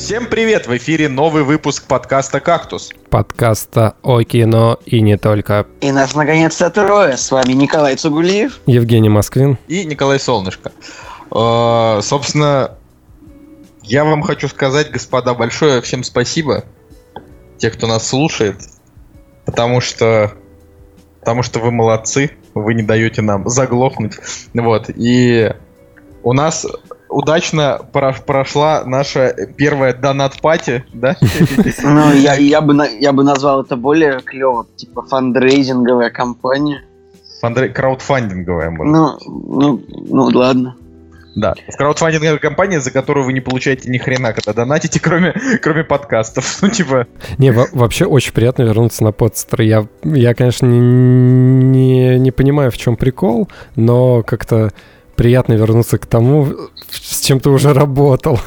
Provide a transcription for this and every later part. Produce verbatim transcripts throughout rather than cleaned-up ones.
Всем привет! В эфире новый выпуск подкаста «Кактус». Подкаста о кино и не только. И нас наконец-то трое. С вами Николай Цугулиев, Евгений Москвин и Николай Солнышко. Э, собственно, я вам хочу сказать, господа, большое всем спасибо, те, кто нас слушает, потому что, потому что вы молодцы, вы не даете нам заглохнуть. Вот, и у нас удачно прошла наша первая донат-пати, да? Ну, я, я, бы, я бы назвал это более клево, типа фандрейзинговая кампания. Фандре... Краудфандинговая, может. Ну, ну, ну, ладно. Да, краудфандинговая компания, за которую вы не получаете ни хрена, когда донатите, кроме, кроме подкастов. Ну, типа... Не, во- вообще очень приятно вернуться на подстер. Я, я конечно, не, не, не понимаю, в чем прикол, но как-то приятно вернуться к тому, с чем ты уже работал.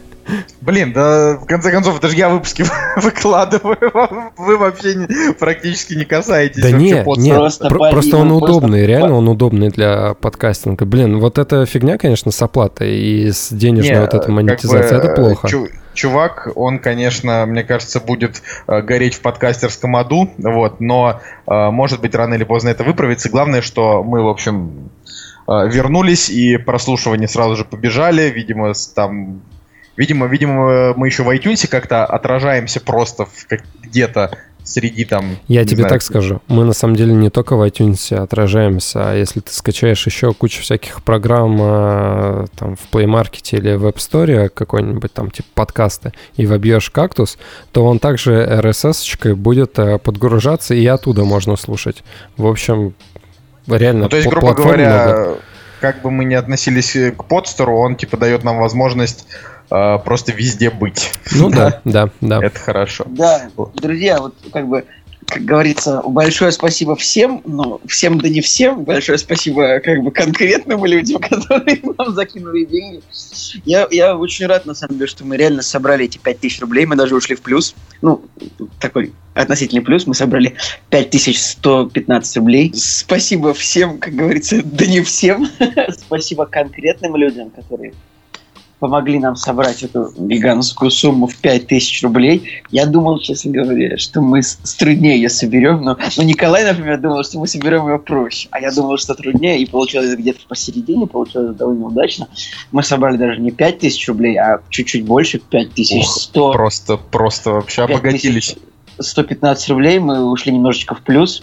Блин, да в конце концов, это же я выпуски выкладываю, вы вообще не, практически не касаетесь. Да нет, нет, просто, про- просто он просто... удобный, реально он удобный для подкастинга. Блин, вот эта фигня, конечно, с оплатой и с денежной не, вот этой монетизацией, как бы, это плохо. Чу- чувак, он, конечно, мне кажется, будет э, гореть в подкастерском аду, вот, но, э, может быть, рано или поздно это выправится. Главное, что мы, в общем, э, вернулись, и прослушивания сразу же побежали, видимо, с, там... Видимо, видимо, мы еще в iTunes как-то отражаемся просто в, как, где-то среди там... Я тебе знаю, так скажу, мы на самом деле не только в iTunes отражаемся, а если ты скачаешь еще кучу всяких программ там в Play Market или в App Store какой-нибудь там типа подкасты и вобьешь «Кактус», то он также эр эс эс-очкой будет подгружаться, и оттуда можно слушать. В общем, реально ну, то есть, грубо говоря, много. Как бы мы ни относились к подстеру, он типа дает нам возможность Uh, просто везде быть. Ну да, да, да. Это хорошо. Да, друзья, вот как бы, как говорится, большое спасибо всем, но всем да не всем. Большое спасибо как бы конкретным людям, которые нам закинули деньги. Я, я очень рад, на самом деле, что мы реально собрали эти пять тысяч рублей, мы даже ушли в плюс. Ну, такой относительный плюс, мы собрали пять тысяч сто пятнадцать рублей. Спасибо всем, как говорится, да не всем. Спасибо конкретным людям, которые помогли нам собрать эту гигантскую сумму в пять тысяч рублей. Я думал, честно говоря, что мы с, с труднее ее соберем, но, но Николай, например, думал, что мы соберем ее проще, а я думал, что труднее, и получилось где-то посередине, получилось довольно удачно. Мы собрали даже не пять тысяч рублей, а чуть-чуть больше, пять тысяч сто. Просто, просто вообще обогатились. сто пятнадцать рублей, мы ушли немножечко в плюс.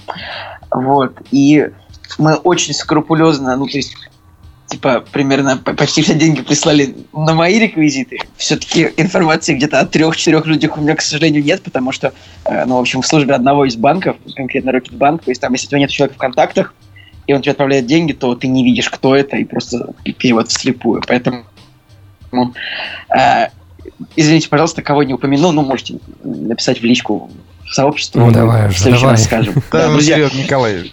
Вот, и мы очень скрупулезно, ну, то есть типа, примерно почти все деньги прислали на мои реквизиты. Все-таки информации где-то о трех-четырех людях у меня, к сожалению, нет, потому что, э, ну, в общем, в службе одного из банков, конкретно Рокетбанк, то есть там, если у тебя нет человека в контактах, и он тебе отправляет деньги, то ты не видишь, кто это, и просто перевод вслепую. Поэтому, ну, э, извините, пожалуйста, кого не упомянул, ну, можете написать в личку в сообщество. Ну, давай уже, давай. Скажем. Да, ну, серьезно, Николай.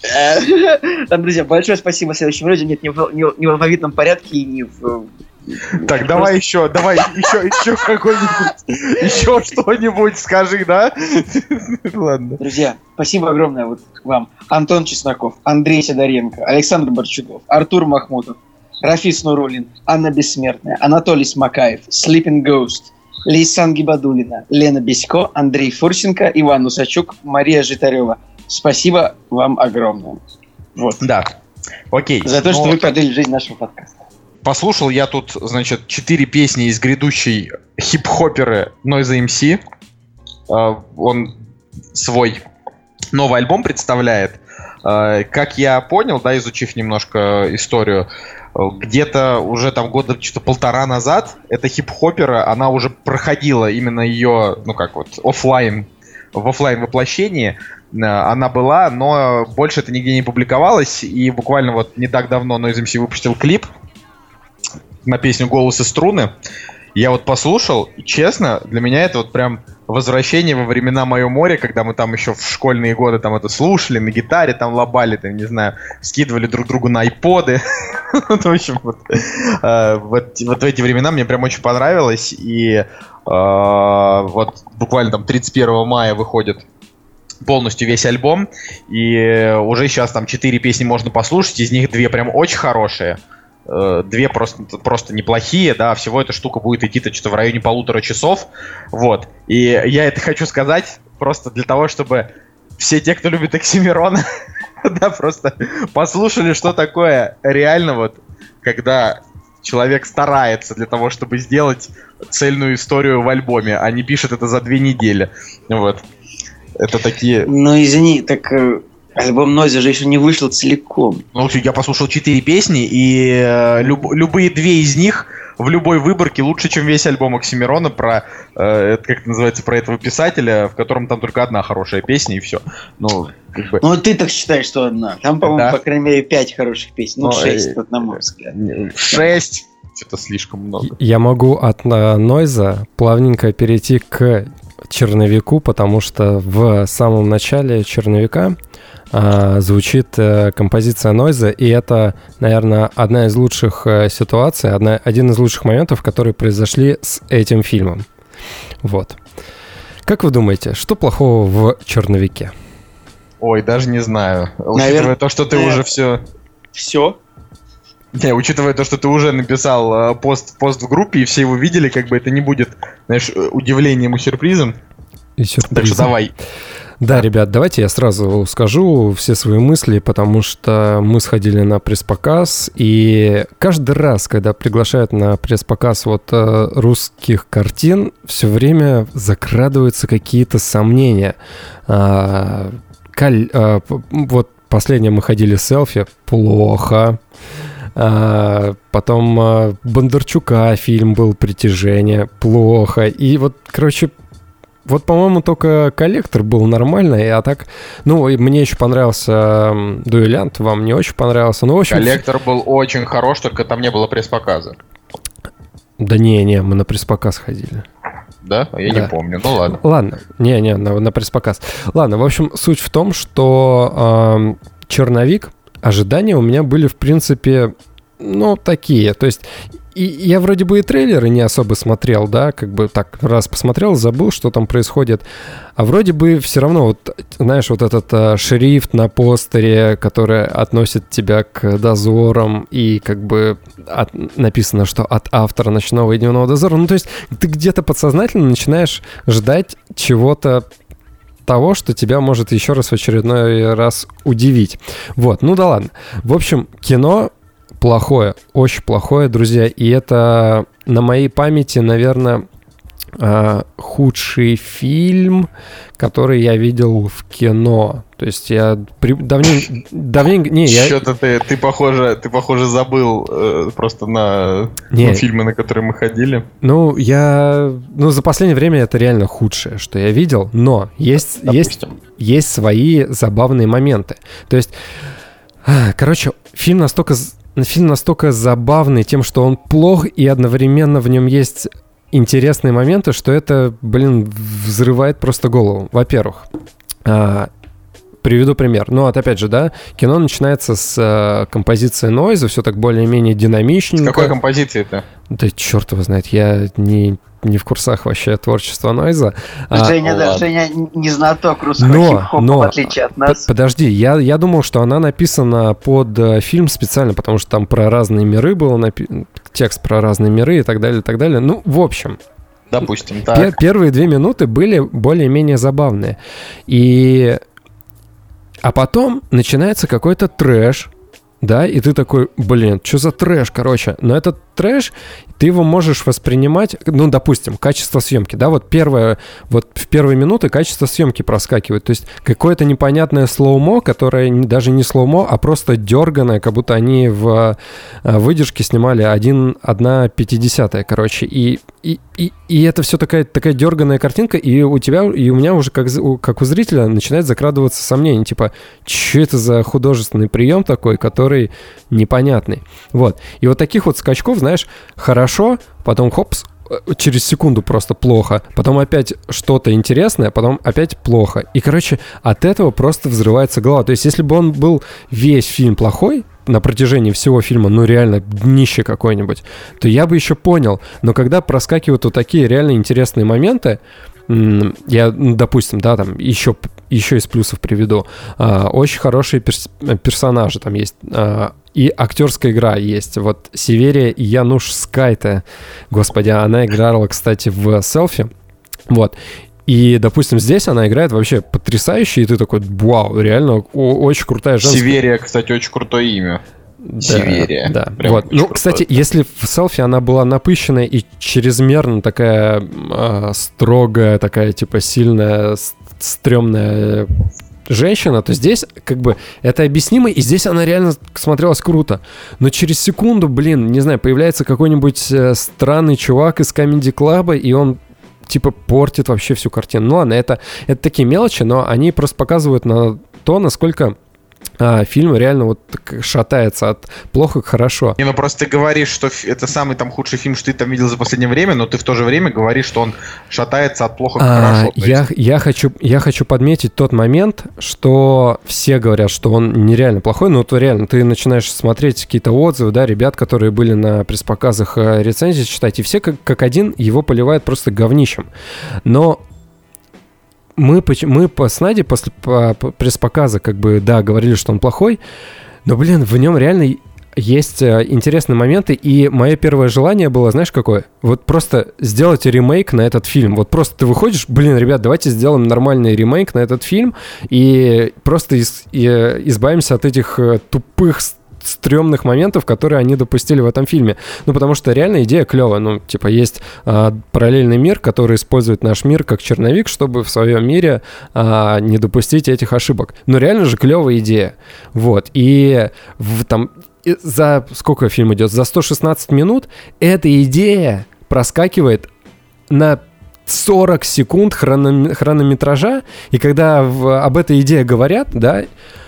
Там, друзья, большое спасибо следующим людям. Нет, не в, не, не в алфавитном порядке и не в... Так, просто... давай еще, давай еще, еще какой-нибудь, еще что-нибудь скажи, да? Ладно. Друзья, спасибо огромное вот вам. Антон Чесноков, Андрей Сидоренко, Александр Борчуков, Артур Махмутов, Рафис Нурулин, Анна Бессмертная, Анатолий Смакаев, Sleeping Ghost, Лейсан Гибадулина, Лена Бесько, Андрей Фурсенко, Иван Усачук, Мария Житарева. Спасибо вам огромное. Вот. Да. Окей. За то, но... что вы продлили жизнь нашего подкаста. Послушал я тут, значит, четыре песни из грядущей хип-хоперы Noise эм си. Uh, он свой новый альбом представляет. Uh, как я понял, да, изучив немножко историю, где-то уже там года что-то полтора назад эта хип-хопера, она уже проходила именно ее, ну как вот, офлайн, в офлайн воплощении. Она была, но больше это нигде не публиковалось. И буквально вот не так давно Noise эм си выпустил клип на песню «Голос и струны». Я вот послушал, и честно, для меня это вот прям возвращение во времена «Мое море», когда мы там еще в школьные годы там это слушали, на гитаре там лобали, там, не знаю, скидывали друг другу на айподы. В общем, вот в эти времена мне прям очень понравилось. И вот буквально там тридцать первого мая выходит полностью весь альбом, и уже сейчас там четыре песни можно послушать, из них две прям очень хорошие. э, две просто, просто неплохие, да, всего эта штука будет идти-то что-то в районе полутора часов, вот. И я это хочу сказать просто для того, чтобы все те, кто любит Оксимирона, да, просто послушали, что такое реально вот, когда человек старается для того, чтобы сделать цельную историю в альбоме, а не пишет это за две недели, вот. Это такие... Ну, извини, так э, альбом Нойза же еще не вышел целиком. Ну, я послушал четыре песни, и э, люб, любые две из них в любой выборке лучше, чем весь альбом Оксимирона про, э, как это называется, про этого писателя, в котором там только одна хорошая песня, и все. Ну, как бы... Ну, ты так считаешь, что одна. Там, по-моему, да. по крайней мере, пять хороших песен. Ну, ну шесть, э, на мой взгляд. Шесть? Что-то слишком много. Я могу от Нойза плавненько перейти к Черновику, потому что в самом начале Черновика а, звучит а, композиция Нойза, и это, наверное, одна из лучших а, ситуаций, одна, один из лучших моментов, которые произошли с этим фильмом. Вот. Как вы думаете, что плохого в Черновике? Ой, даже не знаю. Наверное, учитывая то, что ты наверное, уже все... Все? Не, учитывая то, что ты уже написал э, пост, пост в группе, и все его видели, как бы это не будет, знаешь, удивлением и сюрпризом. И сюрпризом. Так что давай. Да, да, ребят, давайте я сразу скажу все свои мысли, потому что мы сходили на пресс-показ, и каждый раз, когда приглашают на пресс-показ вот э, русских картин, все время закрадываются какие-то сомнения. А, каль, а, вот последнее мы ходили селфи, плохо. А, потом а, Бондарчука фильм был «Притяжение», плохо. И вот, короче, вот, по-моему, только «Коллектор» был нормальный, а так... Ну, и мне еще понравился «Дуэлянт», вам не очень понравился. Ну, в общем... «Коллектор» был очень хорош, только там не было пресс-показа. Да не-не, мы на пресс-показ ходили. Да? Я да. не помню, ну ладно. Ладно, не-не, на, на пресс-показ. Ладно, в общем, суть в том, что э, «Черновик», ожидания у меня были, в принципе, ну, такие. То есть, и я вроде бы и трейлеры не особо смотрел, да, как бы так, раз посмотрел, забыл, что там происходит. А вроде бы все равно, вот, знаешь, вот этот а, шрифт на постере, который относит тебя к дозорам, и как бы от, написано, что от автора «Ночного и дневного дозора». Ну, то есть, ты где-то подсознательно начинаешь ждать чего-то того, что тебя может еще раз в очередной раз удивить. Вот, ну да ладно. В общем, кино плохое, очень плохое, друзья, и это на моей памяти, наверное, худший фильм, который я видел в кино. То есть я при... давненько... давненько... Не, я... Что-то ты, ты, похоже, ты, похоже, забыл э, просто на ну, фильмы, на которые мы ходили. Ну, я... Ну, за последнее время это реально худшее, что я видел, но есть, есть, есть свои забавные моменты. То есть, короче, фильм настолько, фильм настолько забавный тем, что он плох, и одновременно в нем есть интересные моменты, что это, блин, взрывает просто голову. Во-первых, приведу пример. Ну, вот опять же, да, кино начинается с э, композиции Нойза, все так более-менее динамичненько. С какой композиции-то? Да черт его знает, я не, не в курсах вообще творчества Нойза. Женя, а, да, Женя не знаток русского но, хип-хопа, но, в отличие от нас. Подожди, я, я думал, что она написана под э, фильм специально, потому что там про разные миры был напи- текст про разные миры и так далее, и так далее. Ну, в общем... Допустим, так. Первые две минуты были более-менее забавные. И... А потом начинается какой-то трэш, да, и ты такой, блин, что за трэш, короче. Но этот трэш, ты его можешь воспринимать, ну, допустим, качество съемки, да, вот первое, вот в первые минуты качество съемки проскакивает, то есть какое-то непонятное слоумо, которое даже не слоумо, а просто дерганое, как будто они в выдержке снимали один, одна пятидесятая, короче, и, и, и, и это все такая, такая дерганая картинка, и у тебя, и у меня уже как, как у зрителя начинает закрадываться сомнение, типа, что это за художественный прием такой, который непонятный, вот, и вот таких вот скачков, знаешь, хорошо, потом хопс, через секунду просто плохо, потом опять что-то интересное, потом опять плохо. И, короче, от этого просто взрывается голова. То есть, если бы он был весь фильм плохой, на протяжении всего фильма, ну, реально, днище какое-нибудь, то я бы еще понял. Но когда проскакивают вот такие реально интересные моменты, я, ну, допустим, да, там еще, еще из плюсов приведу. А, очень хорошие перс- персонажи там есть. А, и актерская игра есть. Вот Северия Янушскайте, господи, она играла, кстати, в «Селфи». Вот. И, допустим, здесь она играет вообще потрясающе, и ты такой, вау, реально очень крутая женская. Северия, кстати, очень крутое имя. Да, Северия. Да. Вот. Ну, кстати, это. Если в «Селфи» она была напыщенная и чрезмерно такая э, строгая, такая, типа, сильная, стрёмная женщина, то здесь, как бы, это объяснимо, и здесь она реально смотрелась круто. Но через секунду, блин, не знаю, появляется какой-нибудь э, странный чувак из Comedy Club, и он типа портит вообще всю картину. Ну ладно, это, это такие мелочи, но они просто показывают на то, насколько а, фильм реально вот шатается от плохо к хорошо. Не, ну просто ты говоришь, что это самый там худший фильм, что ты там видел за последнее время, но ты в то же время говоришь, что он шатается от плохо к а, хорошо. Я, я, хочу, я хочу подметить тот момент, что все говорят, что он нереально плохой, но то реально ты начинаешь смотреть какие-то отзывы, да, ребят, которые были на пресс-показах, рецензии читать, и все как, как один его поливают просто говнищем. Но Мы, мы по, с Надей после по, по пресс-показа как бы, да, говорили, что он плохой, но, блин, в нем реально есть интересные моменты, и мое первое желание было, знаешь, какое? Вот просто сделать ремейк на этот фильм. Вот просто ты выходишь, блин, ребят, давайте сделаем нормальный ремейк на этот фильм, и просто из, и, избавимся от этих тупых стрёмных моментов, которые они допустили в этом фильме. Ну, потому что реально идея клевая. Ну, типа, есть а, параллельный мир, который использует наш мир как черновик, чтобы в своем мире а, не допустить этих ошибок. Но реально же клевая идея. Вот. И в, там и за сколько фильм идет? За сто шестнадцать минут эта идея проскакивает на сорок секунд хрономи- хронометража, и когда в, об этой идее говорят, да,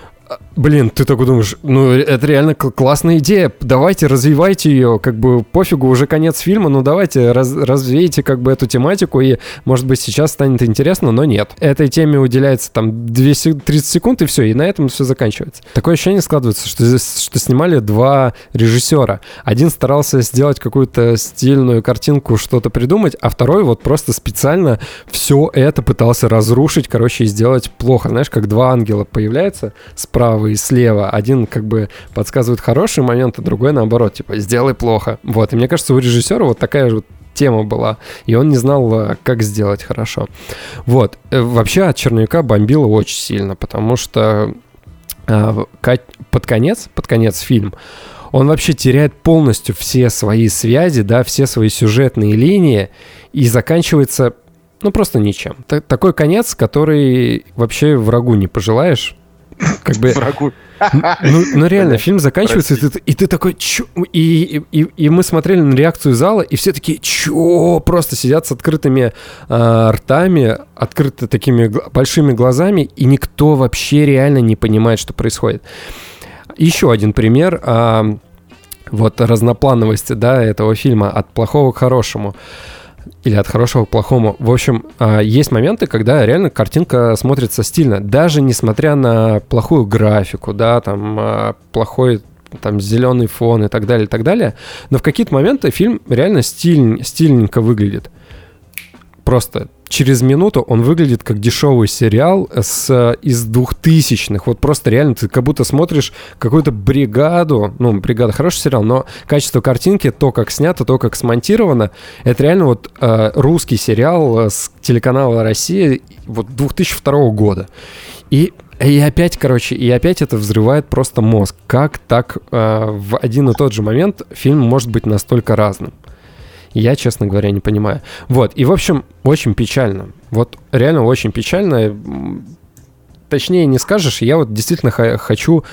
блин, ты такой думаешь, ну, это реально классная идея, давайте развивайте ее, как бы пофигу, уже конец фильма, ну, давайте раз, развейте как бы эту тематику, и, может быть, сейчас станет интересно, но нет. Этой теме уделяется там тридцать секунд, и все, и на этом все заканчивается. Такое ощущение складывается, что, что снимали два режиссера. Один старался сделать какую-то стильную картинку, что-то придумать, а второй вот просто специально все это пытался разрушить, короче, и сделать плохо. Знаешь, как два ангела появляются справа и слева. Один как бы подсказывает хороший момент, а другой наоборот, типа, сделай плохо. Вот, и мне кажется, у режиссера вот такая же тема была, и он не знал, как сделать хорошо. Вот, вообще от «Черновика» бомбило очень сильно, потому что а, под конец, под конец фильм, он вообще теряет полностью все свои связи, да, все свои сюжетные линии, и заканчивается, ну, просто ничем. Т- такой конец, который вообще врагу не пожелаешь. Как бы, врагу. Ну, ну реально, фильм заканчивается, и ты, и ты такой, чё? И, и, и мы смотрели на реакцию зала, и все такие, чё? Просто сидят с открытыми э, ртами, открыты такими г- большими глазами, и никто вообще реально не понимает, что происходит. Еще один пример э, вот разноплановости, да, этого фильма «От плохого к хорошему». Или от хорошего к плохому. В общем, есть моменты, когда реально картинка смотрится стильно. Даже несмотря на плохую графику, да, там, плохой там, зеленый фон и так далее, и так далее. Но в какие-то моменты фильм реально стиль, стильненько выглядит. Просто через минуту он выглядит как дешевый сериал с, из двухтысячных. Вот просто реально ты как будто смотришь какую-то бригаду. Ну, «Бригада» хороший сериал, но качество картинки, то, как снято, то, как смонтировано, это реально вот э, русский сериал с телеканала «Россия» вот две тысячи второго года. И И опять, короче, и опять это взрывает просто мозг. Как так э, в один и тот же момент фильм может быть настолько разным? Я, честно говоря, не понимаю. Вот, и, в общем, очень печально. Вот реально очень печально. Точнее не скажешь, я вот действительно х- хочу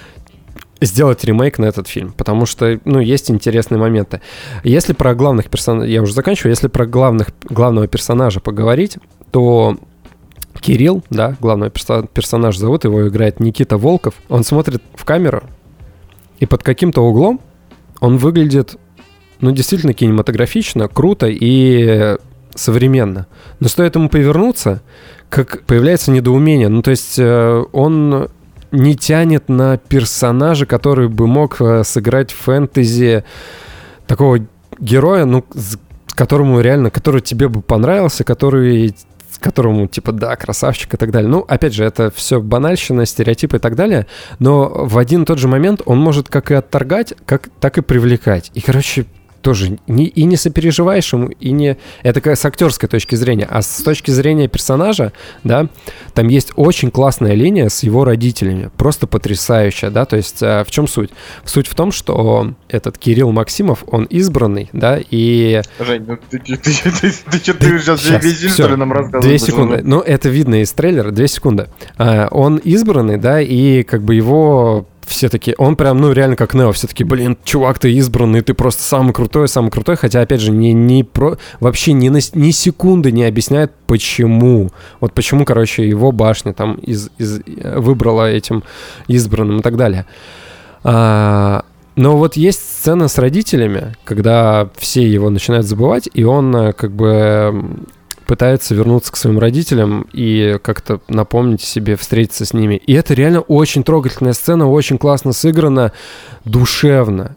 сделать ремейк на этот фильм, потому что, ну, есть интересные моменты. Если про главных персонажей, я уже заканчиваю, если про главных, главного персонажа поговорить, то Кирилл, да, главного перса- персонажа зовут, его играет Никита Волков, он смотрит в камеру, и под каким-то углом он выглядит, ну, действительно кинематографично, круто и современно. Но стоит ему повернуться, как появляется недоумение. Ну, то есть э, он не тянет на персонажа, который бы мог э, сыграть в фэнтези такого героя, ну, которому реально, который тебе бы понравился, который которому, типа, да, красавчик и так далее. Ну, опять же, это все банальщина, стереотипы и так далее, но в один и тот же момент он может как и отторгать, как, так и привлекать. И, короче, тоже не, и не сопереживаешь ему, и не... Это как с актерской точки зрения. А с точки зрения персонажа, да, там есть очень классная линия с его родителями. Просто потрясающая, да, то есть в чем суть? Суть в том, что этот Кирилл Максимов, он избранный, да, и... Жень, ну ты, ты, ты, ты, ты, ты что, ты сейчас весь фильм, что ли, нам рассказываешь? Две секунды. Ну, это видно из трейлера, две секунды. Он избранный, да, и как бы его... Все такие, он прям, ну, реально как Нео, все таки, блин, чувак, ты избранный, ты просто самый крутой, самый крутой, хотя, опять же, не, не про, вообще ни, на, ни секунды не объясняет, почему. Вот почему, короче, его башня там из, из, выбрала этим избранным и так далее. А, но вот есть сцена с родителями, когда все его начинают забывать, и он как бы... пытается вернуться к своим родителям и как-то напомнить себе, встретиться с ними. И это реально очень трогательная сцена, очень классно сыграна, душевно.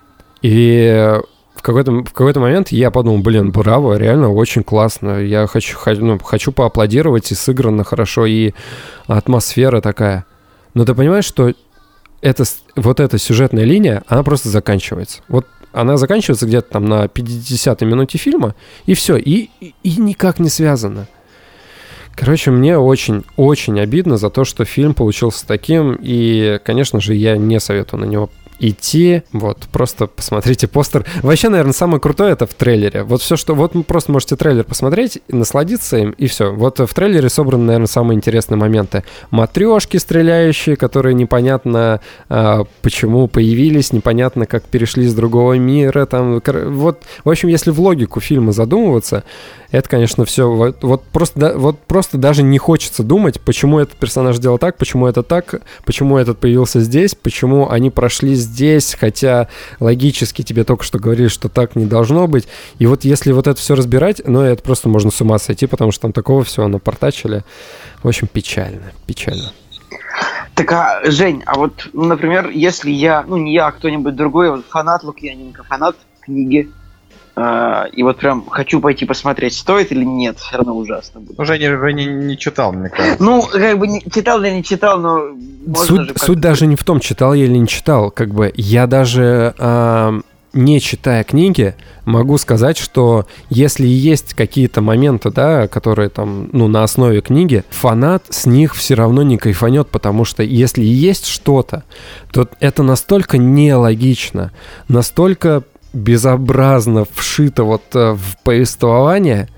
И в какой-то, в какой-то момент я подумал, блин, браво, реально очень классно. Я хочу, ну, хочу поаплодировать, и сыграно хорошо, и атмосфера такая. Но ты понимаешь, что это, вот эта сюжетная линия, она просто заканчивается. Вот она заканчивается где-то там на пятидесятой минуте фильма, и все, и, и, и никак не связано. Короче, мне очень-очень обидно за то, что фильм получился таким, и, конечно же, я не советую на него идти, вот, просто посмотрите постер. Вообще, наверное, самое крутое это в трейлере. Вот все, что... Вот вы просто можете трейлер посмотреть, насладиться им, и все. Вот в трейлере собраны, наверное, самые интересные моменты. Матрешки стреляющие, которые непонятно а, почему появились, непонятно, как перешли из другого мира, там... Вот, в общем, если в логику фильма задумываться, это, конечно, все... Вот, вот, просто, вот просто даже не хочется думать, почему этот персонаж делал так, почему это так, почему этот появился здесь, почему они прошли здесь, хотя логически тебе только что говорили, что так не должно быть. И вот если вот это все разбирать, ну, это просто можно с ума сойти, потому что там такого всего напортачили. В общем, печально, печально. Так, а, Жень, а вот, ну, например, если я, ну, не я, а кто-нибудь другой, вот фанат Лукьяненко, фанат книги, э, и вот прям хочу пойти посмотреть, стоит или нет, все равно ужасно будет. Ну, Женя, Женя не читал, мне кажется. Ну, как бы, не, читал я не читал, но... Суть, суть даже не в том, читал я или не читал, как бы, я даже... Э, не читая книги, могу сказать, что если есть какие-то моменты, да, которые там, ну, на основе книги, фанат с них все равно не кайфанет, потому что если есть что-то, то это настолько нелогично, настолько безобразно вшито вот в повествование,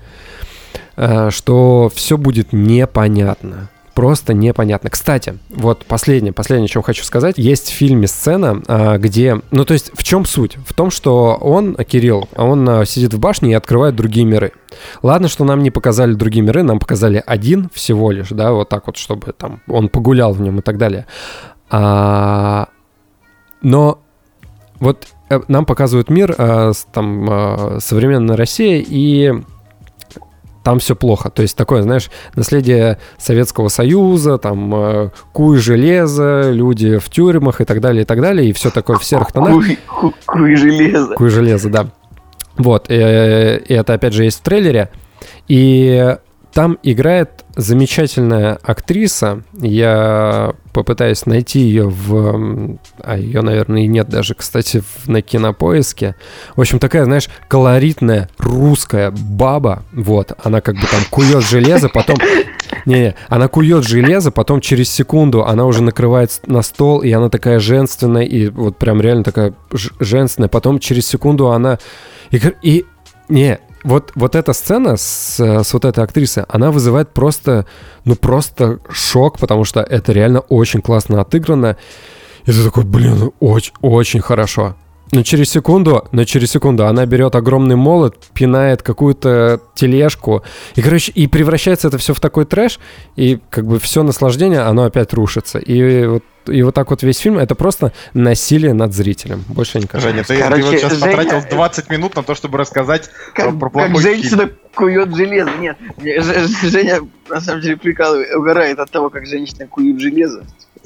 что все будет непонятно. Просто непонятно. Кстати, вот последнее, последнее, о чем хочу сказать. Есть в фильме сцена, где... Ну, то есть, в чем суть? В том, что он, Кирилл, он сидит в башне и открывает другие миры. Ладно, что нам не показали другие миры, нам показали один всего лишь, да, вот так вот, чтобы там он погулял в нем и так далее. А... Но вот нам показывают мир, там, современная Россия, и... там все плохо. То есть такое, знаешь, наследие Советского Союза, там э, куй железо, люди в тюрьмах и так далее, и так далее, и все такое в серых тонах. Куй, куй, куй железо. Куй железо, да. Вот, э, и это опять же есть в трейлере. И там играет замечательная актриса. Я попытаюсь найти ее в... А ее, наверное, и нет даже, кстати, на Кинопоиске. В общем, такая, знаешь, колоритная русская баба. Вот, она как бы там кует железо, потом... Не-не, она кует железо, потом через секунду она уже накрывает на стол, и она такая женственная, и вот прям реально такая ж- женственная. Потом через секунду она... И... и... Не, Вот, вот эта сцена с, с вот этой актрисой, она вызывает просто, ну просто шок, потому что это реально очень классно отыграно. И ты такой, блин, очень, очень хорошо. Но через секунду, но через секунду она берет огромный молот, пинает какую-то тележку, и, короче, и превращается это все в такой трэш, и как бы все наслаждение, оно опять рушится. И вот, и вот так вот весь фильм — это просто насилие над зрителем. Больше никак. Женя, ты, короче, ты вот сейчас Женя... потратил двадцать минут на то, чтобы рассказать как, про плохой как женщина фильм. Кует железо. Нет, Женя на самом деле прикалывает, угорает от того, как женщина кует железо.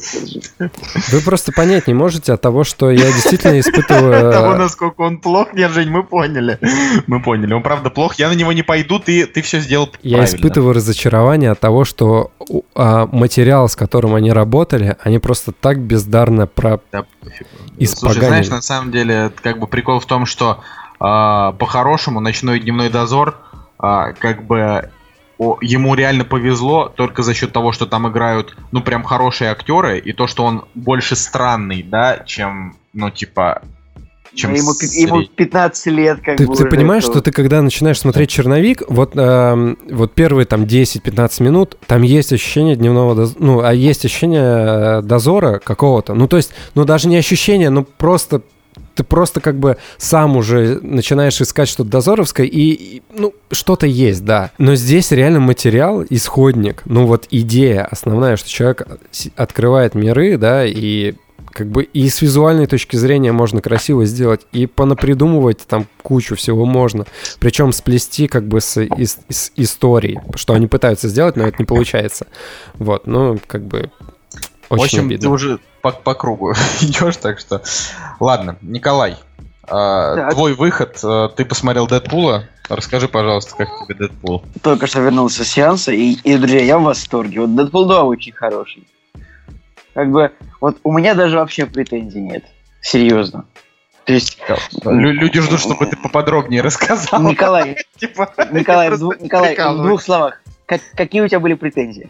Вы просто понять не можете от того, что я действительно испытываю... От того, насколько он плох. Нет, Жень, мы поняли. Мы поняли. Он правда плох. Я на него не пойду, ты, ты все сделал правильно. Я испытываю разочарование от того, что а, материал, с которым они работали, они просто так бездарно про... Да, слушай, знаешь, на самом деле, как бы прикол в том, что а, по-хорошему «Ночной и дневной дозор» а, как бы... ему реально повезло только за счет того, что там играют, ну, прям хорошие актеры, и то, что он больше странный, да, чем, ну, типа... Чем ему, ему пятнадцать лет, как ты, бы. Ты понимаешь, это... что ты, когда начинаешь смотреть «Черновик», вот, э, вот первые там десять-пятнадцать минут, там есть ощущение дневного дозора, ну, а есть ощущение дозора какого-то. Ну, то есть, ну, даже не ощущение, ну, просто... Ты просто как бы сам уже начинаешь искать что-то дозоровское, и, и, ну, что-то есть, да. Но здесь реально материал, исходник, ну, вот идея основная, что человек открывает миры, да, и как бы и с визуальной точки зрения можно красиво сделать, и понапридумывать там кучу всего можно. Причем сплести как бы с, с, с историей, что они пытаются сделать, но это не получается. Вот, ну, как бы очень В общем, обидно. Ты уже по, по кругу идешь, так что... Ладно, Николай, э, твой выход. Э, ты посмотрел «Дэдпула». Расскажи, пожалуйста, как тебе «Дэдпул». Только что вернулся с сеанса, и, и, друзья, я в восторге. Вот «Дэдпул два» очень хороший. Как бы, вот у меня даже вообще претензий нет. Серьезно. То есть... Лю- люди ждут, чтобы ты поподробнее рассказал. Николай, типа, Николай, в, дву- Николай в двух словах. Как, какие у тебя были претензии?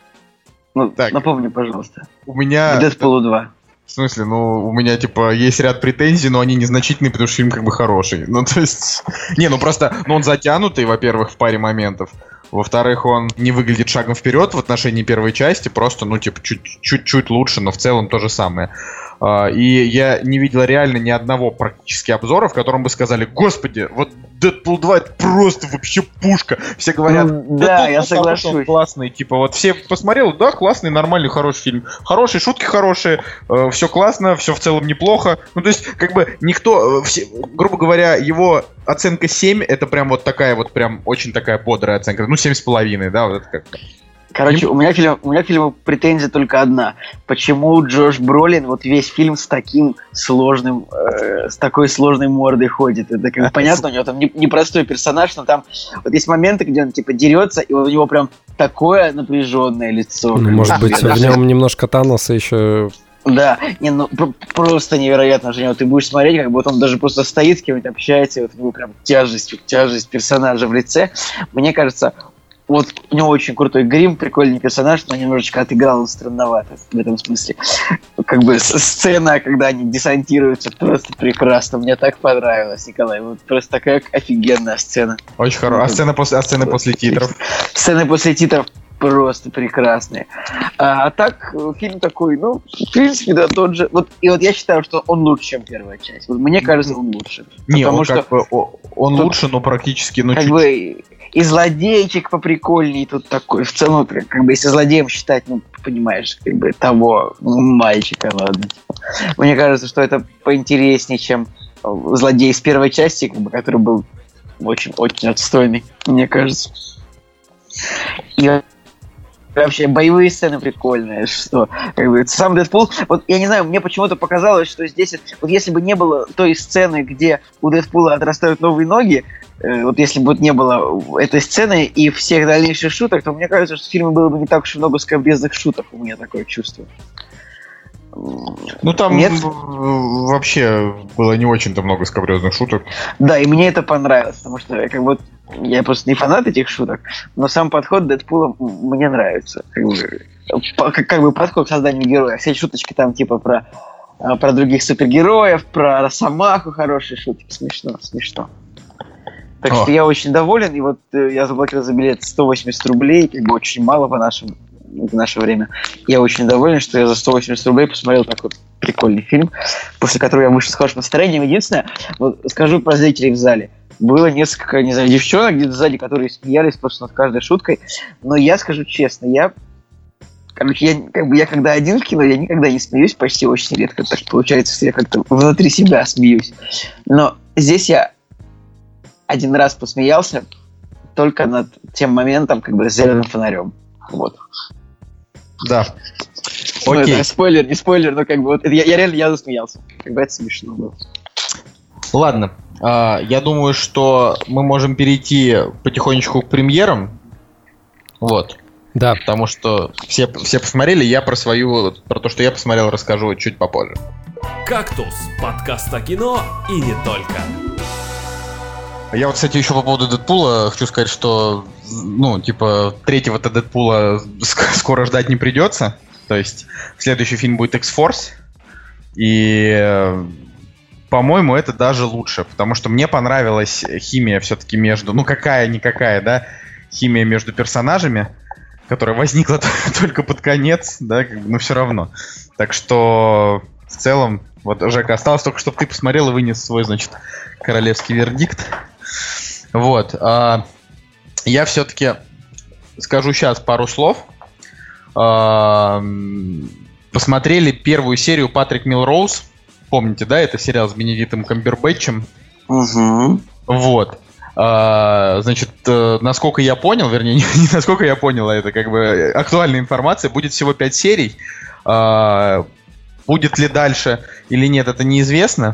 Ну, так, напомни, пожалуйста. У меня... К «Дэдпулу два». В смысле, ну, у меня, типа, есть ряд претензий, но они незначительные, потому что фильм как бы хороший. Ну, то есть... Не, ну просто, ну, он затянутый, во-первых, в паре моментов. Во-вторых, он не выглядит шагом вперед в отношении первой части, просто, ну, типа, чуть-чуть лучше, но в целом то же самое. И я не видел реально ни одного практически обзора, в котором бы сказали: господи, вот Дэдпул два это просто вообще пушка. Все говорят, ну, да, я соглашусь. Он классный, типа, вот все посмотрел, да, классный, нормальный, хороший фильм. Хорошие шутки, хорошие, э, все классно, все в целом неплохо. Ну, то есть, как бы, никто, все, грубо говоря, его оценка семь, это прям вот такая вот, прям очень такая бодрая оценка. Ну, семь с половиной, да, вот это как-то. Короче, у меня, фильм, у меня к фильму претензия только одна. Почему Джош Бролин вот весь фильм с таким сложным, э, с такой сложной мордой ходит? Это как бы понятно, у него там непростой персонаж, но там вот есть моменты, где он типа дерется, и у него прям такое напряженное лицо. Ну, может быть, в нем немножко Таноса еще... Да, не, ну пр- просто невероятно, Женя. Вот ты будешь смотреть, как будто он даже просто стоит с кем-нибудь, общается, и вот у него прям тяжесть, тяжесть персонажа в лице. Мне кажется... Вот у него очень крутой грим, прикольный персонаж, но немножечко отыграл он странновато в этом смысле. Как бы сцена, когда они десантируются, просто прекрасно. Мне так понравилось, Николай. Вот просто такая офигенная сцена. Очень хорошая. А сцена после, а сцена после титров? Сцены после титров просто прекрасные. А, а так, фильм такой, ну, в принципе, да, тот же. Вот, и вот я считаю, что он лучше, чем первая часть. Вот мне кажется, он лучше. Не, он, что как бы, он тут, лучше, но практически, ну, как чуть... бы, и злодейчик поприкольней тут такой. В целом, как бы, если злодеем считать, ну, понимаешь, как бы, того ну, мальчика, ладно. Мне кажется, что это поинтереснее, чем злодей из первой части, как бы, который был очень-очень отстойный, мне кажется. И вообще, боевые сцены прикольные, что, как бы, сам Дэдпул, вот, я не знаю, мне почему-то показалось, что здесь, вот, если бы не было той сцены, где у Дэдпула отрастают новые ноги, э, вот, если бы вот не было этой сцены и всех дальнейших шуток, то мне кажется, что в фильме было бы не так уж много скабрезных шуток, у меня такое чувство. Ну, там Нет? вообще было не очень-то много скабрезных шуток. Да, и мне это понравилось, потому что, как бы, я просто не фанат этих шуток, но сам подход Дэдпула мне нравится. Как бы, как, как бы подход к созданию героя. Все шуточки там типа про, про других супергероев, про Росомаху, хорошие шутки. Смешно, смешно. Так О. что я очень доволен, и вот я заплатил за билет сто восемьдесят рублей, как бы очень мало по нашему в наше время. Я очень доволен, что я за сто восемьдесят рублей посмотрел такой прикольный фильм, после которого я вышел с хорошим настроением. Единственное, вот скажу про зрителей в зале. Было несколько, не знаю, девчонок где-то сзади, которые смеялись просто над каждой шуткой. Но я скажу честно, я... Короче, я, как бы, я когда один в кино, я никогда не смеюсь, почти очень редко. Так получается, что я как-то внутри себя смеюсь. Но здесь я один раз посмеялся только над тем моментом, как бы, с зеленым фонарем. Вот. Да. Окей. Это спойлер, не спойлер, но как бы вот я, я реально я засмеялся. Как бы это смешно было. Ладно, а, я думаю, что мы можем перейти потихонечку к премьерам. Вот. Да. Потому что все, все посмотрели, я про свою, про то, что я посмотрел, расскажу чуть попозже. «Кактус» — подкаст о кино и не только. Я вот, кстати, еще по поводу Дэдпула хочу сказать, что, ну, типа, третьего-то Дэдпула ск- скоро ждать не придется. То есть следующий фильм будет X-Force. И, по-моему, это даже лучше, потому что мне понравилась химия все-таки между... Ну, какая-никакая, да, химия между персонажами, которая возникла только под конец, да, как бы, но все равно. Так что, в целом, вот, Жека, осталось только, чтобы ты посмотрел и вынес свой, значит, королевский вердикт. Вот. А, я все-таки скажу сейчас пару слов. А, посмотрели первую серию «Патрик Мелроуз». Помните, да? Это сериал с Бенедиктом Камбербэтчем. Угу. Вот. А, значит, насколько я понял, вернее, не, не насколько я понял, а это как бы актуальная информация, будет всего пять серий. А, будет ли дальше или нет, это неизвестно.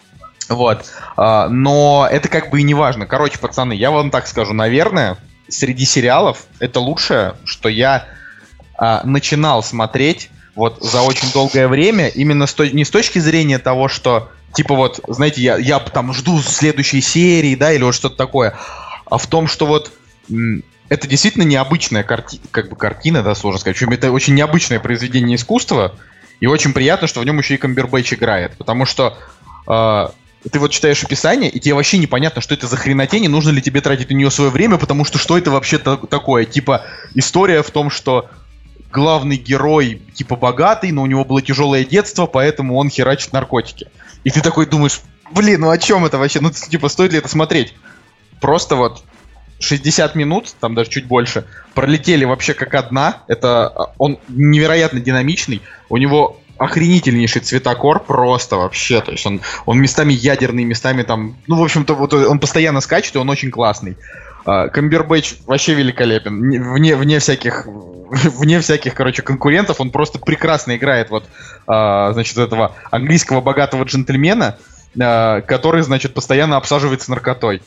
Вот. А, но это как бы и не важно. Короче, пацаны, я вам так скажу, наверное, среди сериалов это лучшее, что я а, начинал смотреть вот за очень долгое время, именно с той, не с точки зрения того, что типа вот, знаете, я, я там жду следующей серии, да, или вот что-то такое, а в том, что вот м- это действительно необычная карти- как бы картина, да, сложно сказать. В общем, это очень необычное произведение искусства, и очень приятно, что в нем еще и Камбербэтч играет, потому что э- ты вот читаешь описание, и тебе вообще непонятно, что это за хренотень, и нужно ли тебе тратить на нее свое время, потому что что это вообще та- такое? Типа, история в том, что главный герой, типа, богатый, но у него было тяжелое детство, поэтому он херачит наркотики. И ты такой думаешь, блин, ну о чем это вообще? Ну, типа, стоит ли это смотреть? Просто вот шестьдесят минут, там даже чуть больше, пролетели вообще как одна. Это он невероятно динамичный, у него охренительнейший цветокор просто вообще, то есть он, он местами ядерный, местами там, ну, в общем-то, вот он постоянно скачет, и он очень классный. Камбербэтч вообще великолепен, вне, вне всяких, вне всяких, короче, конкурентов, он просто прекрасно играет вот, значит, этого английского богатого джентльмена, который, значит, постоянно обсаживается наркотой.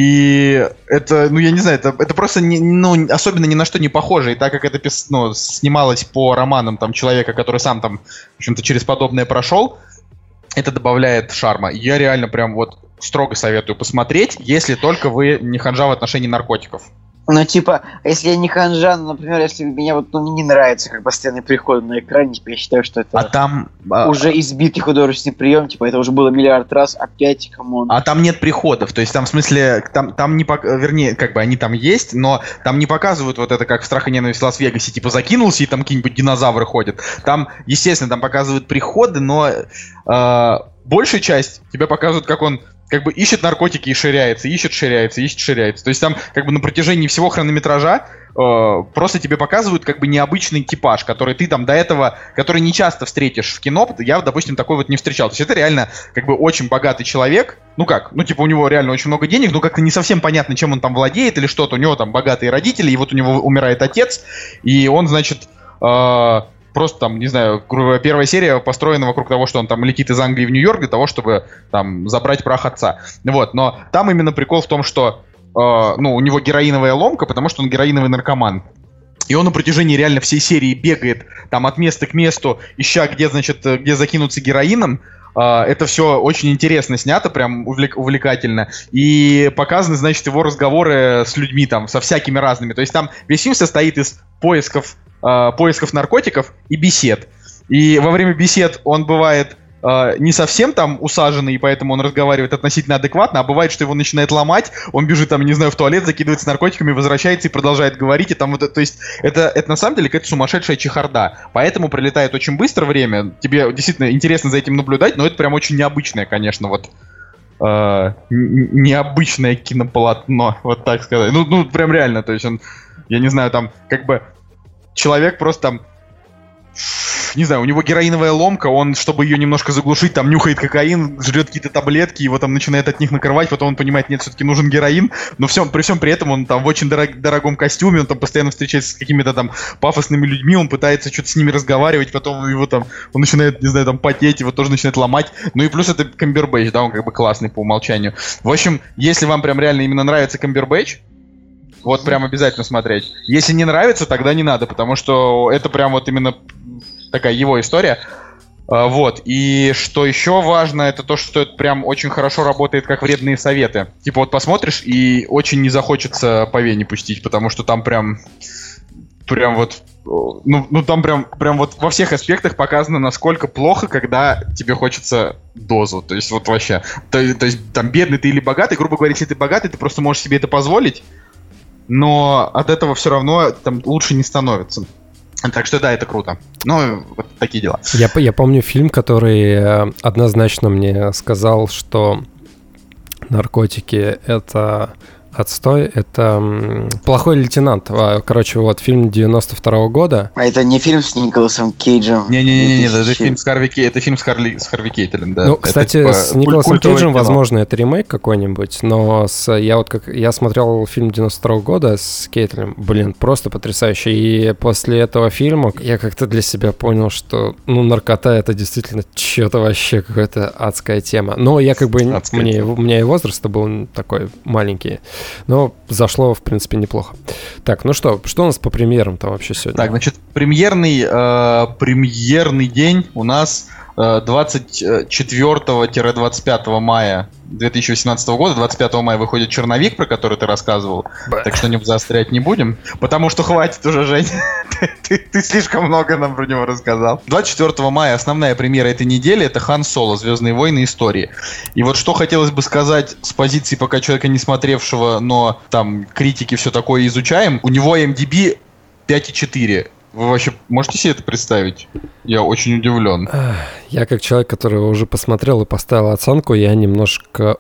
И это, ну, я не знаю, это, это просто не, ну, особенно ни на что не похоже. И так как это ну, снималось по романам там, человека, который сам там, в общем-то, через подобное прошел, это добавляет шарма. Я реально прям вот строго советую посмотреть, если только вы не ханжа в отношении наркотиков. Ну, типа, если я не ханжа, ну, например, если меня вот ну, мне не нравится, как постоянный приход на экране, типа, я считаю, что это а там, уже избитый художественный прием, типа, это уже было миллиард раз, опять, камон. А там нет приходов, то есть там, в смысле, там, там не, пок... вернее, как бы они там есть, но там не показывают вот это, как в «Страх и ненависть» в Лас-Вегасе, типа, закинулся, и там какие-нибудь динозавры ходят. Там, естественно, там показывают приходы, но э, большая часть тебя показывают, как он как бы ищет наркотики и ширяется, ищет, ширяется, ищет, ширяется. То есть там как бы на протяжении всего хронометража э, просто тебе показывают как бы необычный типаж, который ты там до этого, который не часто встретишь в кино. Я, допустим, такой вот не встречал. То есть это реально как бы очень богатый человек. Ну как? Ну типа у него реально очень много денег, но как-то не совсем понятно, чем он там владеет или что-то. У него там богатые родители, и вот у него умирает отец, и он, значит... Э, Просто там, не знаю, первая серия построена вокруг того, что он там летит из Англии в Нью-Йорк для того, чтобы там забрать прах отца. Вот, но там именно прикол в том, что э, ну, у него героиновая ломка, потому что он героиновый наркоман. И он на протяжении реально всей серии бегает там от места к месту, ища, где, значит, где закинуться героином. Uh, это все очень интересно снято, прям увлек- увлекательно. И показаны, значит, его разговоры с людьми там, со всякими разными. То есть там весь фильм состоит из поисков, uh, поисков наркотиков и бесед. И во время бесед он бывает uh, не совсем там усаженный, и поэтому он разговаривает относительно адекватно, а бывает, что его начинает ломать, он бежит там, не знаю, в туалет, закидывается наркотиками, возвращается и продолжает говорить. И там вот, то есть это, это на самом деле какая-то сумасшедшая чехарда. Поэтому пролетает очень быстро время. Тебе действительно интересно за этим наблюдать, но это прям очень необычное, конечно, вот э, необычное кинополотно, вот так сказать. Ну, ну, прям реально, то есть он, я не знаю, там, как бы человек просто там не знаю, у него героиновая ломка, он, чтобы ее немножко заглушить, там нюхает кокаин, жрет какие-то таблетки, его там начинает от них накрывать, потом он понимает, нет, все-таки нужен героин, но всем, при всем при этом он там в очень дорог, дорогом костюме, он там постоянно встречается с какими-то там пафосными людьми, он пытается что-то с ними разговаривать, потом его там, он начинает, не знаю, там потеть, его тоже начинает ломать, ну и плюс это Камбербэтч, да, он как бы классный по умолчанию. В общем, если вам прям реально именно нравится Камбербэтч, вот прям обязательно смотреть. Если не нравится, тогда не надо, потому что это прям вот именно такая его история. А, вот. И что еще важно, это то, что это прям очень хорошо работает как вредные советы. Типа вот посмотришь и очень не захочется по вене пустить, потому что там прям... Прям вот... Ну, ну там прям, прям вот во всех аспектах показано, насколько плохо, когда тебе хочется дозу. То есть вот вообще... То, то есть там бедный ты или богатый, грубо говоря, если ты богатый, ты просто можешь себе это позволить, но от этого все равно там лучше не становится. Так что да, это круто. Ну, вот такие дела. Я, я помню фильм, который однозначно мне сказал, что наркотики — это отстой, это «Плохой лейтенант». Короче, вот фильм девяносто второго года. А это не фильм с Николасом Кейджем? Не-не-не, это фильм с Харви Кей, это фильм с Харли, с Харви Кейтелем, да. Ну, кстати, это, типа, с Николасом Кейджем, кино. возможно, это ремейк какой-нибудь, но с, я вот как я смотрел фильм девяносто второго года с Кейтелем, блин, просто потрясающе. И после этого фильма я как-то для себя понял, что, ну, наркота — это действительно что-то вообще какая-то адская тема. Но я как бы, мне, у меня и возраст был такой маленький. Но зашло, в принципе, неплохо. Так, ну что, что у нас по премьерам-то вообще сегодня? Так, значит, премьерный, э, премьерный день у нас э, двадцать четвёртого — двадцать пятого мая две тысячи восемнадцатого года. двадцать пятого мая выходит «Черновик», про который ты рассказывал. Бэ. Так что не заострять не будем. Потому что хватит уже, Жень. ты, ты, ты слишком много нам про него рассказал. двадцать четвёртого мая основная премьера этой недели — это «Хан Соло. Звездные войны. Истории». И вот что хотелось бы сказать с позиции пока человека не смотревшего, но там критики все такое изучаем. У него эм ди би пять и четыре. Вы вообще можете себе это представить? Я очень удивлен. Я как человек, который уже посмотрел и поставил оценку, я немножко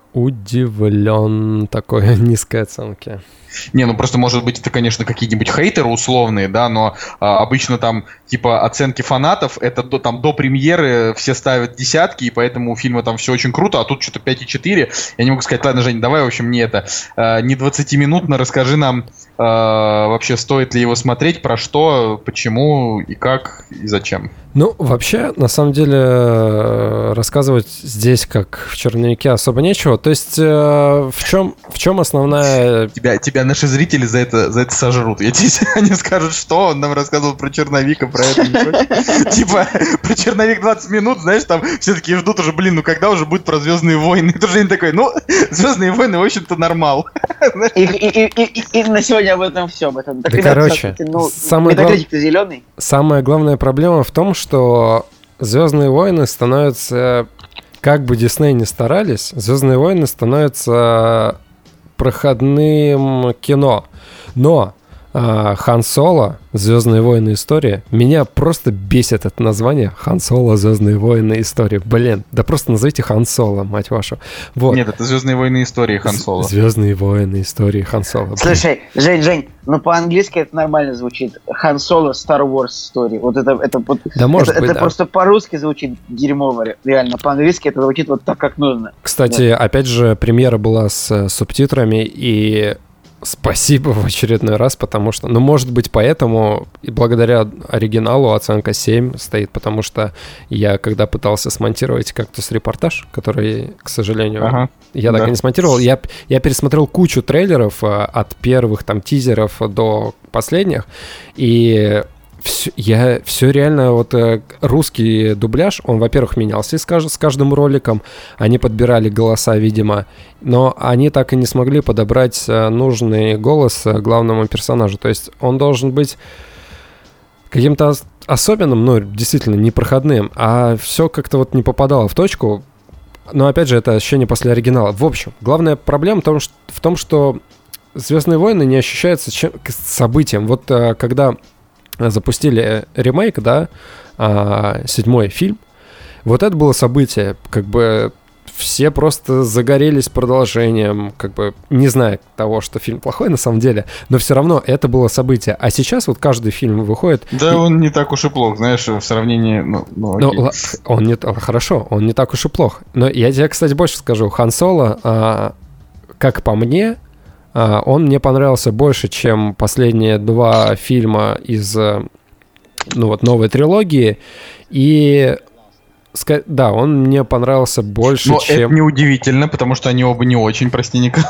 удивлен такой низкой оценке. Не, ну просто, может быть, это, конечно, какие-нибудь хейтеры условные, да, но а, обычно там, типа, оценки фанатов, это до, там, до премьеры все ставят десятки, и поэтому у фильма там все очень круто, а тут что-то пять и четыре. Я не могу сказать, ладно, Жень, давай, в общем, не это, а, не двадцатиминутно расскажи нам, а, вообще, стоит ли его смотреть, про что, почему, и как, и зачем. Ну, вообще, на самом деле, рассказывать здесь, как в «Черновике», особо нечего. То есть, э, в чем, в чем основная... Тебя, тебя наши зрители за это, за это сожрут. Я тебе, они скажут, что он нам рассказывал про «Черновик», а про это типа, про «Черновик» двадцать минут, знаешь, там все такие ждут уже, блин, ну когда уже будет про «Звездные войны»? И тут Жень такой, ну, «Звездные войны», в общем-то, нормал. И на сегодня об этом все. Да, короче, Метакритик-то зеленый. Самая главная проблема в том, что что «Звездные войны» становятся, как бы Дисней ни старались, «Звездные войны» становятся проходным кино. Но э, «Хан Соло. Звездные войны. История» меня просто бесит это название. «Хан Соло. Звездные войны. История». Блин, да просто назовите «Хан Соло», мать вашу. Вот. Нет, это «Звездные войны. Истории» Хан Соло. «Звездные войны. Истории» Хан Соло. Слушай, Жень, Жень, ну по-английски это нормально звучит. «Хан Соло. Star Wars Story». Вот это, это, вот, да, может это, быть, это да. Просто по-русски звучит дерьмово, реально. По-английски это звучит вот так, как нужно. Кстати, да. Опять же, премьера была с субтитрами, и спасибо в очередной раз, потому что, ну, может быть, поэтому и благодаря оригиналу оценка семь стоит, потому что я, когда пытался смонтировать «Кактус-репортаж», который, к сожалению, ага, я так да. и не смонтировал, я, я пересмотрел кучу трейлеров от первых там тизеров до последних, и все, я все реально, вот русский дубляж, он, во-первых, менялся с, кажд- с каждым роликом, они подбирали голоса, видимо, но они так и не смогли подобрать нужный голос главному персонажу, то есть он должен быть каким-то особенным, ну, действительно, непроходным, а все как-то вот не попадало в точку, но, опять же, это ощущение после оригинала. В общем, главная проблема в том, что, в том, что «Звездные войны» не ощущаются чем- событием. Вот когда запустили ремейк, да, а, седьмой фильм. Вот это было событие, как бы все просто загорелись продолжением, как бы не зная того, что фильм плохой на самом деле, но все равно это было событие. А сейчас вот каждый фильм выходит... Да, и... он не так уж и плох, знаешь, в сравнении... Ну, ну, ну л- он не... Хорошо, он не так уж и плох. Но я тебе, кстати, больше скажу. Хан Соло, а, как по мне, а, он мне понравился больше, чем последние два фильма из, ну вот, новой трилогии. И... Да, он мне понравился больше, но чем... это неудивительно, потому что они оба не очень, прости, Николай.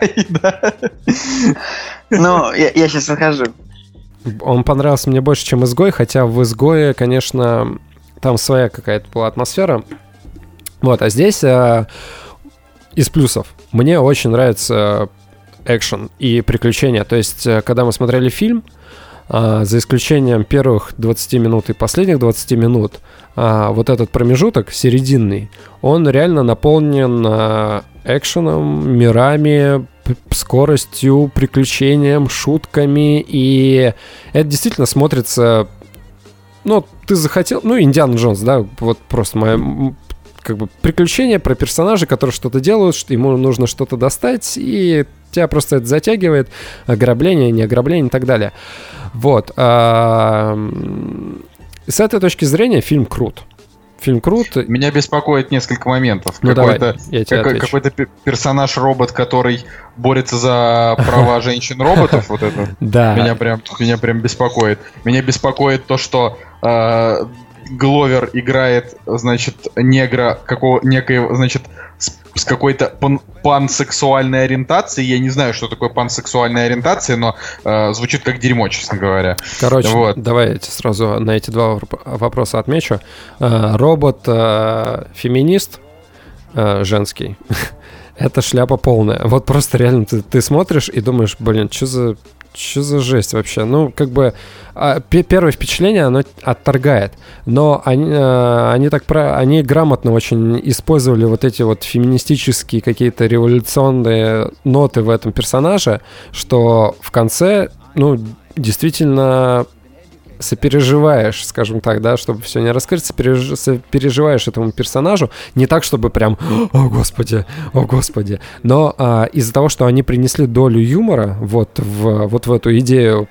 Ну, я, я сейчас расскажу. Он понравился мне больше, чем «Изгой», хотя в «Изгое», конечно, там своя какая-то была атмосфера. Вот, а здесь а, из плюсов. Мне очень нравится экшен и приключения. То есть, когда мы смотрели фильм, а, за исключением первых двадцати минут и последних двадцати минут, а, вот этот промежуток, серединный, он реально наполнен а, экшеном, мирами, п- скоростью, приключением, шутками. И это действительно смотрится... Ну, ты захотел... Ну, Индиана Джонс, да, вот просто моя... Как бы приключения про персонажей, которые что-то делают, что ему нужно что-то достать, и тебя просто это затягивает. Ограбление, не ограбление и так далее. Вот. А... С этой точки зрения фильм крут. Фильм крут. Меня беспокоит несколько моментов. Ну, какой-то, давай, я тебе как, какой-то персонаж-робот, который борется за права женщин-роботов, вот это да. меня прям, меня прям беспокоит. Меня беспокоит то, что э, Гловер играет, значит, негра, какого, некоего, значит, с, с какой-то пан, пансексуальной ориентацией. Я не знаю, что такое пансексуальная ориентация, но э, звучит как дерьмо, честно говоря. Короче, вот. Давай я тебе сразу на эти два вопроса отмечу. Э, робот э, феминист э, женский. Это шляпа полная. Вот просто реально ты, ты смотришь и думаешь, блин, что за... Что за жесть вообще? Ну, как бы а, п- первое впечатление, оно отторгает. Но они, а, они так про, они грамотно очень использовали вот эти вот феминистические какие-то революционные ноты в этом персонаже, что в конце, ну, действительно сопереживаешь, скажем так, да, чтобы все не раскрыть, сопереж... сопереживаешь этому персонажу, не так, чтобы прям, о господи, о господи, но а, из-за того, что они принесли долю юмора вот в, вот в эту идею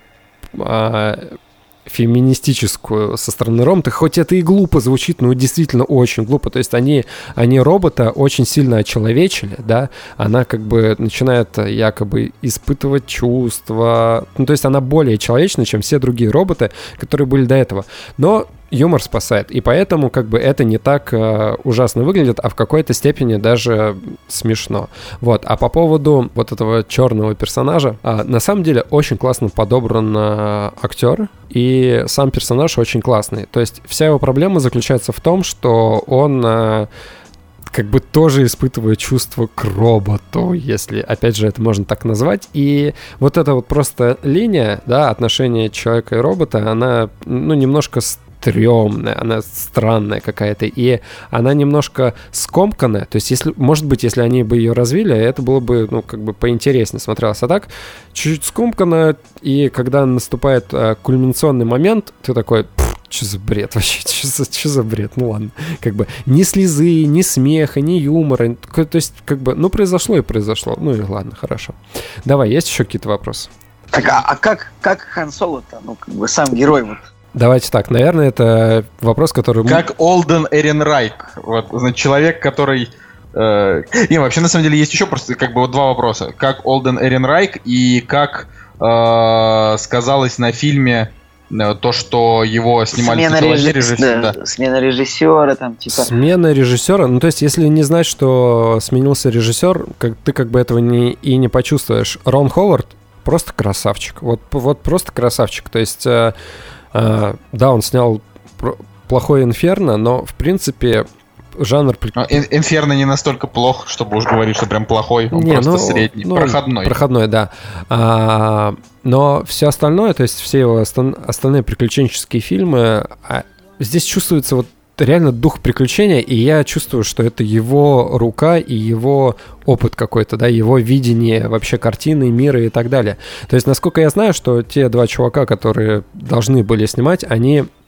а, феминистическую со стороны робота, хоть это и глупо звучит, но действительно очень глупо, то есть они, они робота очень сильно очеловечили, да, она как бы начинает якобы испытывать чувства, ну то есть она более человечна, чем все другие роботы, которые были до этого, но юмор спасает, и поэтому как бы это не так э, ужасно выглядит, а в какой-то степени даже смешно. Вот, а по поводу вот этого черного персонажа, э, на самом деле очень классно подобран э, актер, и сам персонаж очень классный. То есть вся его проблема заключается в том, что он... Э, как бы тоже испытывает чувство к роботу, если, опять же, это можно так назвать. И вот эта вот просто линия, да, отношения человека и робота, она, ну, немножко стрёмная, она странная какая-то, и она немножко скомканная. То есть, если, может быть, если они бы ее развили, это было бы, ну, как бы поинтереснее смотрелось. А так, чуть-чуть скомканно, и когда наступает а, кульминационный момент, ты такой... Что за бред вообще? Что за, что за бред? Ну ладно. Как бы ни слезы, ни смеха, ни юмора. То есть, как бы, ну, произошло и произошло. Ну и ладно, хорошо. Давай, есть еще какие-то вопросы? Так, а, а как, как Хан Соло-то? Ну, как бы сам герой вот. Давайте так, наверное, это вопрос, который... Как Олден Эренрайк. Вот, значит, человек, который... Э, не, вообще, на самом деле, есть еще просто как бы вот два вопроса. Как Олден Эренрайк и как э, сказалось на фильме то, что его снимали смена, режи... режиссера, да, да. смена режиссера, там, типа... Смена режиссера, ну, то есть, если не знать, что сменился режиссер, как, ты как бы этого не, и не почувствуешь. Рон Ховард просто красавчик, вот, вот просто красавчик, то есть, э, э, да, он снял плохой «Инферно», но, в принципе... жанр... Инферно не настолько плох, чтобы уж говорить, что прям плохой, он не, просто ну, средний, ну, проходной. Проходной, да. А, но все остальное, то есть все его остан- остальные приключенческие фильмы, а, здесь чувствуется вот реально дух приключения, и я чувствую, что это его рука и его опыт какой-то, да, его видение вообще картины, мира и так далее. То есть, насколько я знаю, что те два чувака, которые должны были снимать, они...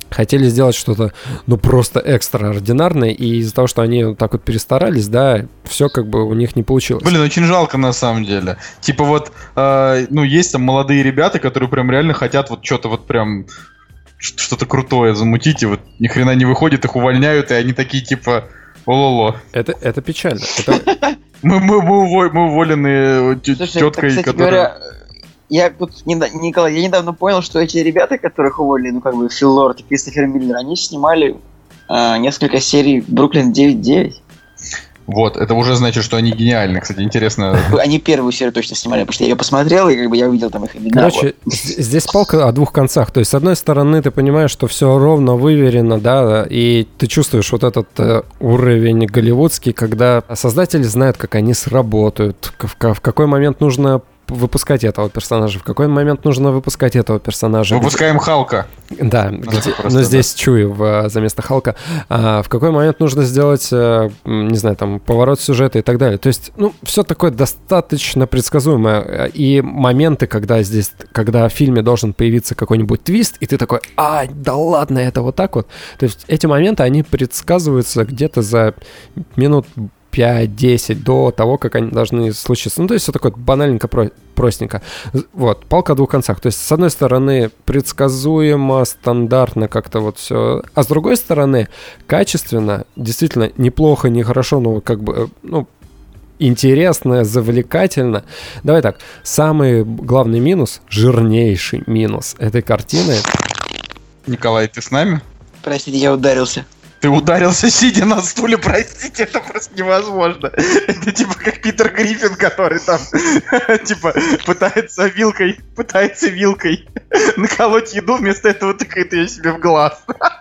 хотели сделать что-то, ну, просто экстраординарное, и из-за того, что они так вот перестарались, да, все как бы у них не получилось. Блин, очень жалко на самом деле. Типа вот, э, ну, есть там молодые ребята, которые прям реально хотят вот что-то вот прям, что-то крутое замутить, и вот ни хрена не выходит, их увольняют, и они такие типа, ололо. Это, это печально. Это... Мы, мы, мы, мы уволены теткой, кстати, которая... Говоря, я тут, Николай, я недавно понял, что эти ребята, которых уволили, ну как бы Фил Лорд и Кристофер Миллер, они снимали э, несколько серий Бруклин девять девять. Вот, это уже значит, что они гениальны. Кстати, интересно. Они первую серию точно снимали, потому что я ее посмотрел, и как бы я увидел там их имена. Короче, вот. Здесь палка о двух концах. То есть, с одной стороны, ты понимаешь, что все ровно, выверено, да, и ты чувствуешь вот этот э, уровень голливудский, когда создатели знают, как они сработают, в, в какой момент нужно выпускать этого персонажа, в какой момент нужно выпускать этого персонажа. Выпускаем Халка. Да, где, но здесь да. Чуев за место Халка. А, в какой момент нужно сделать, не знаю, там, поворот сюжета и так далее. То есть, ну, все такое достаточно предсказуемое. И моменты, когда здесь, когда в фильме должен появиться какой-нибудь твист, и ты такой, а, да ладно, это вот так вот. То есть эти моменты, они предсказываются где-то за минут пять-десять до того, как они должны случиться. Ну, то есть все такое банальненько, про- простенько. Вот, палка о двух концах. То есть, с одной стороны, предсказуемо, стандартно как-то вот все. А с другой стороны, качественно, действительно, неплохо, нехорошо, но как бы, ну, интересно, завлекательно. Давай так, самый главный минус, жирнейший минус этой картины. Николай, ты с нами? Простите, я ударился. Ты ударился, сидя на стуле, простите, это просто невозможно. Это типа как Питер Гриффин, который там, типа, пытается вилкой, пытается вилкой наколоть еду, вместо этого тыкает ее себе в глаз.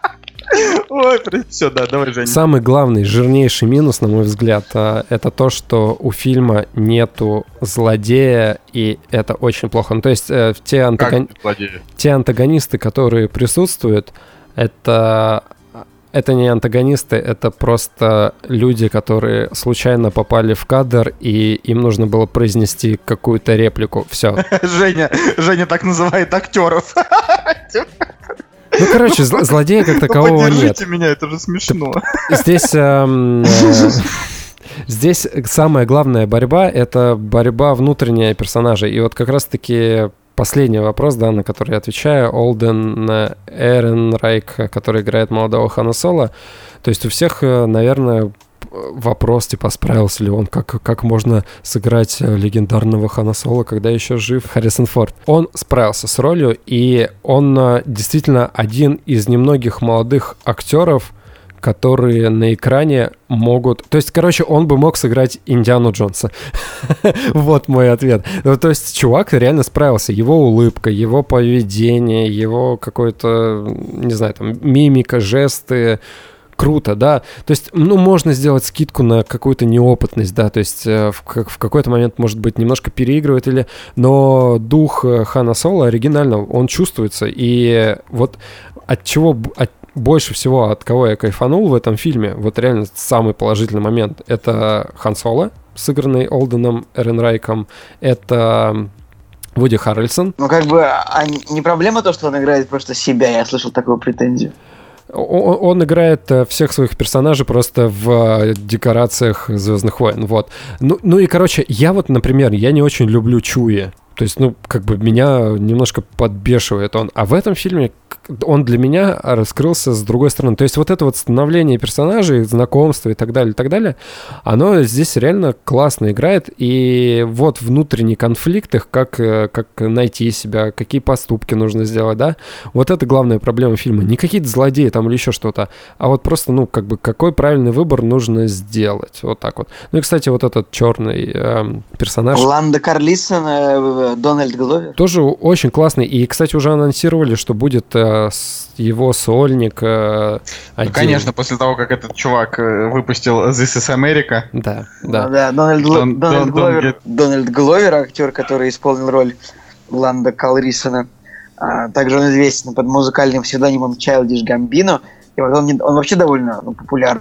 Ой, все, да, давай, Женя. Самый главный, жирнейший минус, на мой взгляд, это то, что у фильма нету злодея, и это очень плохо. Ну, то есть те, антагон... те антагонисты, которые присутствуют, это... Это не антагонисты, это просто люди, которые случайно попали в кадр, и им нужно было произнести какую-то реплику. Все. Женя, Женя так называет актеров. Ну, короче, зл- злодея как такового ну, поддержите нет. Поддержите меня, это же смешно. Здесь... Эм, э, здесь самая главная борьба — это борьба внутренняя персонажа. И вот как раз-таки... Последний вопрос, да, на который я отвечаю. Олден Эренрайк, который играет молодого Хана Соло. То есть у всех, наверное, вопрос, типа, справился ли он, как, как можно сыграть легендарного Хана Соло, когда еще жив Харрисон Форд. Он справился с ролью, и он действительно один из немногих молодых актеров, которые на экране могут... То есть, короче, он бы мог сыграть Индиану Джонса. Вот мой ответ. Ну, то есть, чувак реально справился. Его улыбка, его поведение, его какой-то, не знаю, там, мимика, жесты... Круто, да. То есть, ну, можно сделать скидку на какую-то неопытность, да, то есть э, в, в какой-то момент, может быть, немножко переигрывает, или... но дух Хана Соло оригинально, он чувствуется, и вот от чего... От, больше всего, от кого я кайфанул в этом фильме, вот реально самый положительный момент, это Хан Соло, сыгранный Олденом Эренрайком, это Вуди Харрельсон. Ну, как бы, а не проблема то, что он играет просто себя, я слышал такую претензию. Он, он играет всех своих персонажей просто в декорациях «Звездных войн», вот. Ну, ну и, короче, я вот, например, я не очень люблю Чуи. То есть, ну, как бы меня немножко подбешивает он. А в этом фильме он для меня раскрылся с другой стороны. То есть вот это вот становление персонажей, знакомство и так далее, и так далее, оно здесь реально классно играет. И вот внутренний конфликт их, как, как найти себя, какие поступки нужно сделать, да. Вот это главная проблема фильма. Не какие-то злодеи там или еще что-то, а вот просто, ну, как бы, какой правильный выбор нужно сделать. Вот так вот. Ну и, кстати, вот этот черный э, персонаж... Ланда Карлисон, э, Дональд Гловер. Тоже очень классный. И, кстати, уже анонсировали, что будет э, его сольник. Э, ну, конечно, после того, как этот чувак э, выпустил This is America. Да, да. Ну, да, Дональд, Гло... Don't, Дональд, don't, Гловер, don't get... Дональд Гловер, актер, который исполнил роль Ланда Калрисона. А, также он известен под музыкальным псевдонимом Childish Gambino. И вот он, он вообще довольно ну, популярный.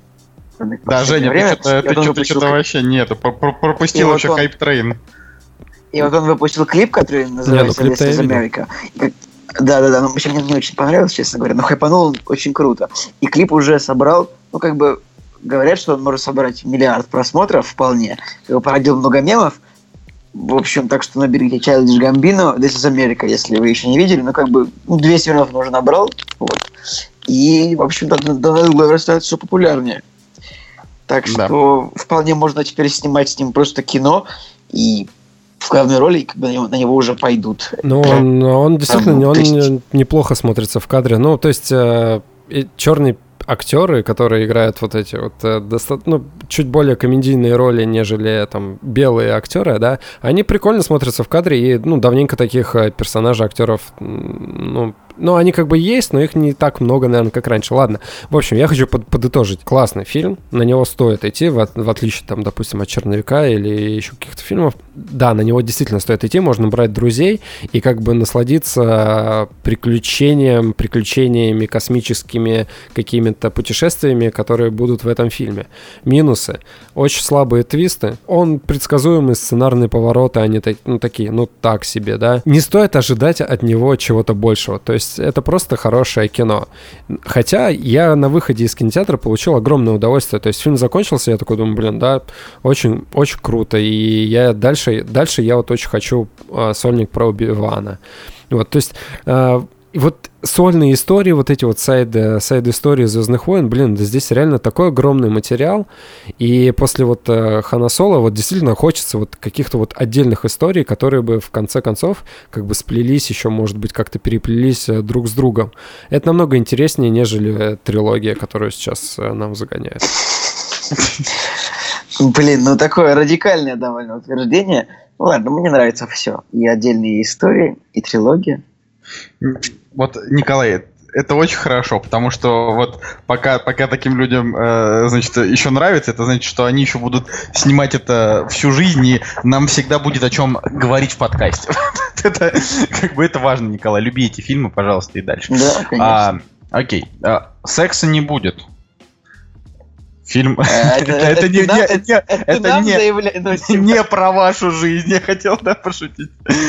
Да, Женя, время. ты что-то, ты что-то, выпустил... что-то вообще нет. Пропустил вообще вот хайп-трейн. И вот он выпустил клип, который называется This is America. Да-да-да, но вообще мне не очень понравилось, честно говоря, но хайпанул он очень круто. И клип уже собрал, ну, как бы, говорят, что он может собрать миллиард просмотров вполне. Как бы породил много мемов. В общем, так что наберите Childish Gambino, This is America, если вы еще не видели. Ну, как бы, ну, двести миллионов он уже набрал. Вот. И, в общем, Дональд Гловер становится все популярнее. Так что да. Вполне можно теперь снимать с ним просто кино, и в главной роли как бы, на, него, на него уже пойдут. Ну, он, он действительно он есть... неплохо смотрится в кадре. Ну, то есть, э, черный актеры, которые играют вот эти вот э, доста- ну, чуть более комедийные роли, нежели там белые актеры, да, они прикольно смотрятся в кадре, и, ну, давненько таких э, персонажей, актеров, ну, ну, они как бы есть, но их не так много, наверное, как раньше. Ладно. В общем, я хочу под- подытожить. Классный фильм, на него стоит идти, в, в отличие, там, допустим, от «Черновика» или еще каких-то фильмов. Да, на него действительно стоит идти, можно брать друзей и как бы насладиться приключением, приключениями космическими, какими-то путешествиями, которые будут в этом фильме. Минусы. Очень слабые твисты. Он предсказуемый, сценарные повороты, они так, ну, такие, ну, так себе, да. Не стоит ожидать от него чего-то большего. То есть это просто хорошее кино. Хотя я на выходе из кинотеатра получил огромное удовольствие. То есть фильм закончился, я такой думаю, блин, да, очень, очень круто. И я дальше, дальше я вот очень хочу э, сольник про Оби-Вана. Вот, то есть... Э, И вот сольные истории, вот эти вот сайд, сайд-истории «Звездных войн», блин, да здесь реально такой огромный материал. И после вот э, Хана Соло вот действительно хочется вот каких-то вот отдельных историй, которые бы в конце концов как бы сплелись, еще, может быть, как-то переплелись э, друг с другом. Это намного интереснее, нежели трилогия, которую сейчас э, нам загоняют. Блин, ну такое радикальное довольно утверждение. Ну ладно, мне нравится все. И отдельные истории, и трилогия. Вот, Николай, это очень хорошо, потому что вот пока, пока таким людям, э, значит, еще нравится, это значит, что они еще будут снимать это всю жизнь, и нам всегда будет о чем говорить в подкасте. Это как бы это важно, Николай. Люби эти фильмы, пожалуйста, и дальше. Да, конечно. Окей. Секса не будет. Фильм. Это не про вашу жизнь, я хотел, да, пошутить.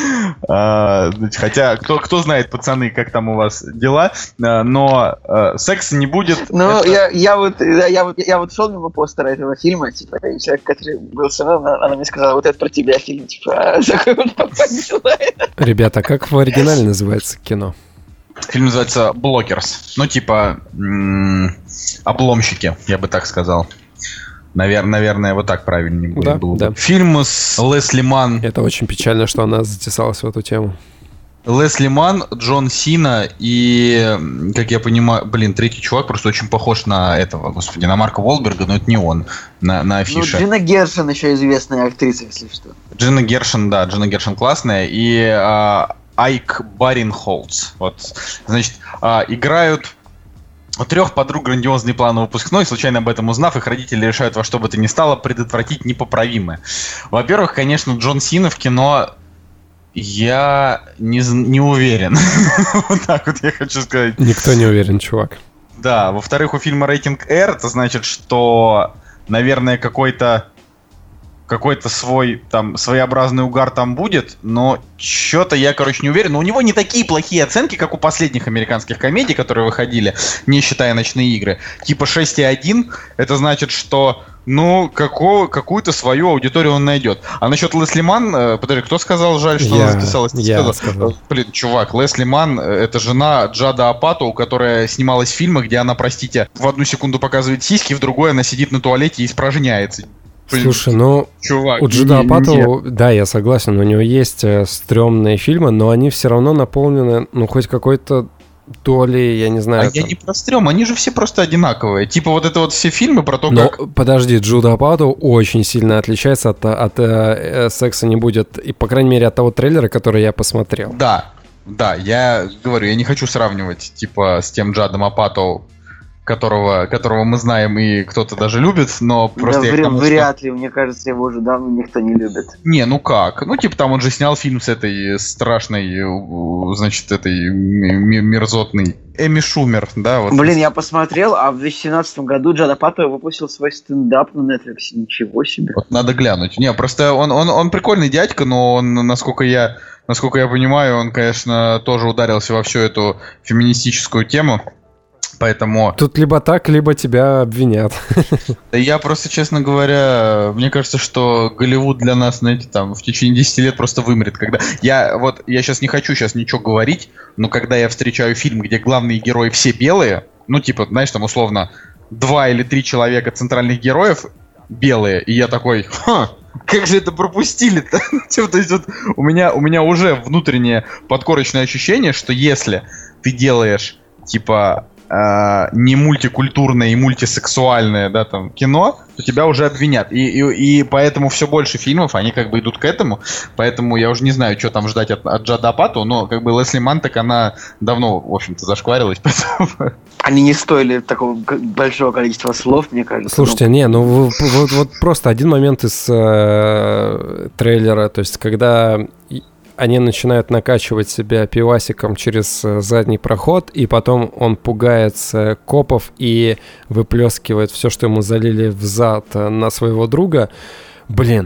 Хотя, кто знает, пацаны, как там у вас дела, но секса не будет. Ну, я вот я вот шел мимо постера этого фильма, типа, человек, который был со мной, она мне сказала, вот это про тебя фильм, типа, такой вот панчлайн. Ребята, как в оригинале называется кино? Фильм называется «Блокерс». Ну, типа, м- обломщики, я бы так сказал. Навер- наверное, вот так правильнее будет. Да, было. Да. Фильм с Лесли Манн. Это очень печально, что она затесалась в эту тему. Лесли Манн, Джон Сина и, как я понимаю, блин, третий чувак просто очень похож на этого, господи, на Марка Уолберга, но это не он, на, на афише. Ну, Джина Гершин еще известная актриса, если что. Джина Гершин, да, Джина Гершин классная. И... А, Айк Баренхолц. Вот, значит, а, играют трех подруг грандиозный план выпускной. Случайно об этом узнав, их родители решают во что бы то ни стало предотвратить непоправимое. Во-первых, конечно, Джон Сина в кино я не, не уверен. Вот так вот я хочу сказать. Никто не уверен, чувак. Да, во-вторых, у фильма рейтинг R, это значит, что, наверное, какой-то какой-то свой, там, своеобразный угар там будет, но что-то я, короче, не уверен. Но у него не такие плохие оценки, как у последних американских комедий, которые выходили, не считая «Ночные игры». Типа шесть и один, это значит, что, ну, какого, какую-то свою аудиторию он найдет. А насчет Лесли Манн, э, подожди, кто сказал, жаль, что я, она записалась? Я сказал? сказал. Блин, чувак, Лесли Манн — это жена Джада Апатоу, которая снималась в фильмах, где она, простите, в одну секунду показывает сиськи, в другой она сидит на туалете и испражняется. Слушай, ну, чувак, у Джуда Апатоу, да, я согласен, у него есть э, стрёмные фильмы, но они все равно наполнены, ну, хоть какой-то долей, я не знаю. А там... я не про стрём, они же все просто одинаковые. Типа вот это вот все фильмы про то, но, как... подожди, Джуда Апатоу очень сильно отличается от, от э, «Секса не будет», и, по крайней мере, от того трейлера, который я посмотрел. Да, да, я говорю, я не хочу сравнивать, типа, с тем Джадом Апатоу, которого, которого мы знаем и кто-то даже любит, но просто да я вряд, к тому, вряд что... ли, мне кажется, его уже давно никто не любит. Не, ну как? Ну, типа, там он же снял фильм с этой страшной, значит, этой мерзотной Эми Шумер, да? Вот. Блин, я посмотрел, а в две тысячи семнадцатом году Джад Апато выпустил свой стендап на Netflix. Ничего себе. Вот надо глянуть. Не, просто он, он, он прикольный дядька, но он, насколько я, насколько я понимаю, он, конечно, тоже ударился во всю эту феминистическую тему. Поэтому... Тут либо так, либо тебя обвинят. Да я просто, честно говоря, мне кажется, что Голливуд для нас, знаете, там, в течение десяти лет просто вымрет. Когда... Я вот, я сейчас не хочу сейчас ничего говорить, но когда я встречаю фильм, где главные герои все белые, ну, типа, знаешь, там, условно, два или три человека центральных героев белые, и я такой, ха, как же это пропустили-то? То есть вот у меня, у меня уже внутреннее подкорочное ощущение, что если ты делаешь, типа... Uh, не мультикультурное и мультисексуальное, да, там, кино, то тебя уже обвинят. И, и, и поэтому все больше фильмов, они как бы идут к этому. Поэтому я уже не знаю, что там ждать от, от Джада Апато, но как бы Лесли Манн, так она давно, в общем-то, зашкварилась. Поэтому... Они не стоили такого большого количества слов, мне кажется. Слушайте, не, ну вот, вот, вот просто один момент из э, трейлера, то есть когда... они начинают накачивать себя пивасиком через задний проход, и потом он пугается копов и выплескивает все, что ему залили в зад, на своего друга. Блин,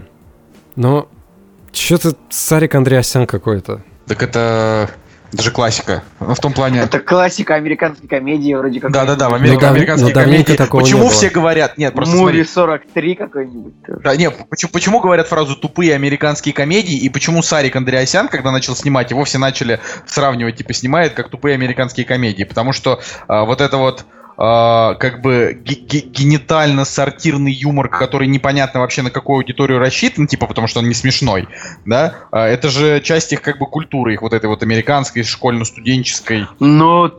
ну, что-то Сарик Андреасян какой-то. Так это... Это же классика. Ну, в том плане... Это классика американской комедии, вроде как... Да-да-да, в Америке, американской комедии. Почему не все говорят... Нет, просто Муви сорок три какой-нибудь. Да, нет, почему, почему говорят фразу «тупые американские комедии», и почему Сарик Андреасян, когда начал снимать, его все начали сравнивать, типа, снимает как «тупые американские комедии», потому что а, вот это вот... Uh, как бы генитально-сортирный юмор, который непонятно вообще на какую аудиторию рассчитан, типа, потому что он не смешной, да, uh, это же часть их как бы культуры, их вот этой вот американской, школьно-студенческой. Ну,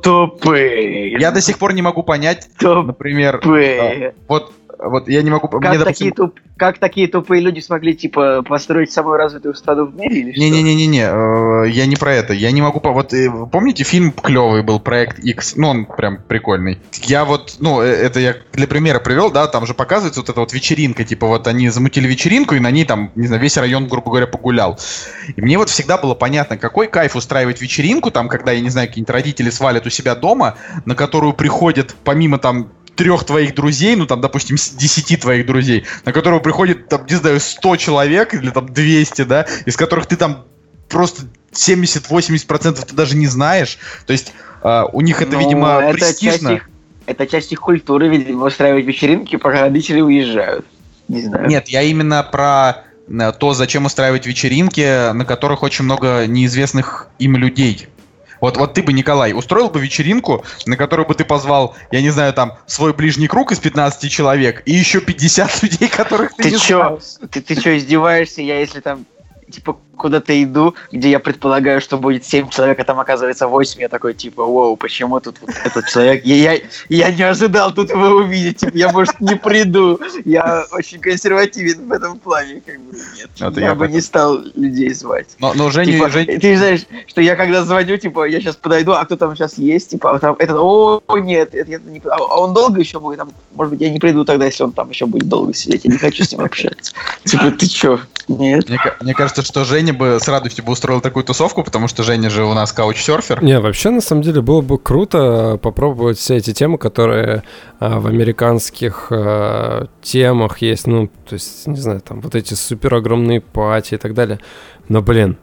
тупые. Я до сих пор не могу понять, тупые. Например, uh, вот Вот я не могу... Как, Мне, такие допустим... туп... как такие тупые люди смогли, типа, построить самую развитую страну в мире или что? Не-не-не-не, э, я не про это. Я не могу... Вот э, помните, фильм клевый был, Проект X? Ну, он прям прикольный. Я вот, ну, это я для примера привел, да, там же показывается вот эта вот вечеринка, типа, вот они замутили вечеринку, и на ней там, не знаю, весь район, грубо говоря, погулял. И мне вот всегда было понятно, какой кайф устраивать вечеринку, там, когда, я не знаю, какие-нибудь родители свалят у себя дома, на которую приходят, помимо там трех твоих друзей, ну там, допустим, десяти твоих друзей, на которого приходит, там, не знаю, сто человек или там двести, да, из которых ты там просто семьдесят-восемьдесят процентов ты даже не знаешь. То есть э, у них это, ну, видимо, это престижно. Часть их, это часть их культуры, видимо, устраивать вечеринки, пока родители уезжают. Не знаю. Нет, я именно про то, зачем устраивать вечеринки, на которых очень много неизвестных им людей. Вот, вот ты бы, Николай, устроил бы вечеринку, на которую бы ты позвал, я не знаю, там, свой ближний круг из пятнадцати человек и еще пятьдесят людей, которых ты, ты не чё? знаешь. Ты, ты что, издеваешься? Я если там, типа, куда-то иду, где я предполагаю, что будет семь человек, а там оказывается восемь, я такой, типа, воу, почему тут вот этот человек? Я, я, я не ожидал тут его увидеть, типа, я, может, не приду. Я очень консервативен в этом плане, как бы, нет. Это я, я бы этом... не стал людей звать. Но, но Женя, типа, Жень... Ты знаешь, что я когда звоню, типа, я сейчас подойду, а кто там сейчас есть, типа, а там этот, о, нет, это, это не... а он долго еще будет, там, может быть, я не приду тогда, если он там еще будет долго сидеть, я не хочу с ним общаться. Типа, ты чё? Нет. Мне, мне кажется, что Женя бы с радостью бы устроил такую тусовку, потому что Женя же у нас каучсерфер. Не, вообще, на самом деле, было бы круто попробовать все эти темы, которые а, в американских а, темах есть, ну, то есть, не знаю, там, вот эти супер огромные пати и так далее. Но, блин,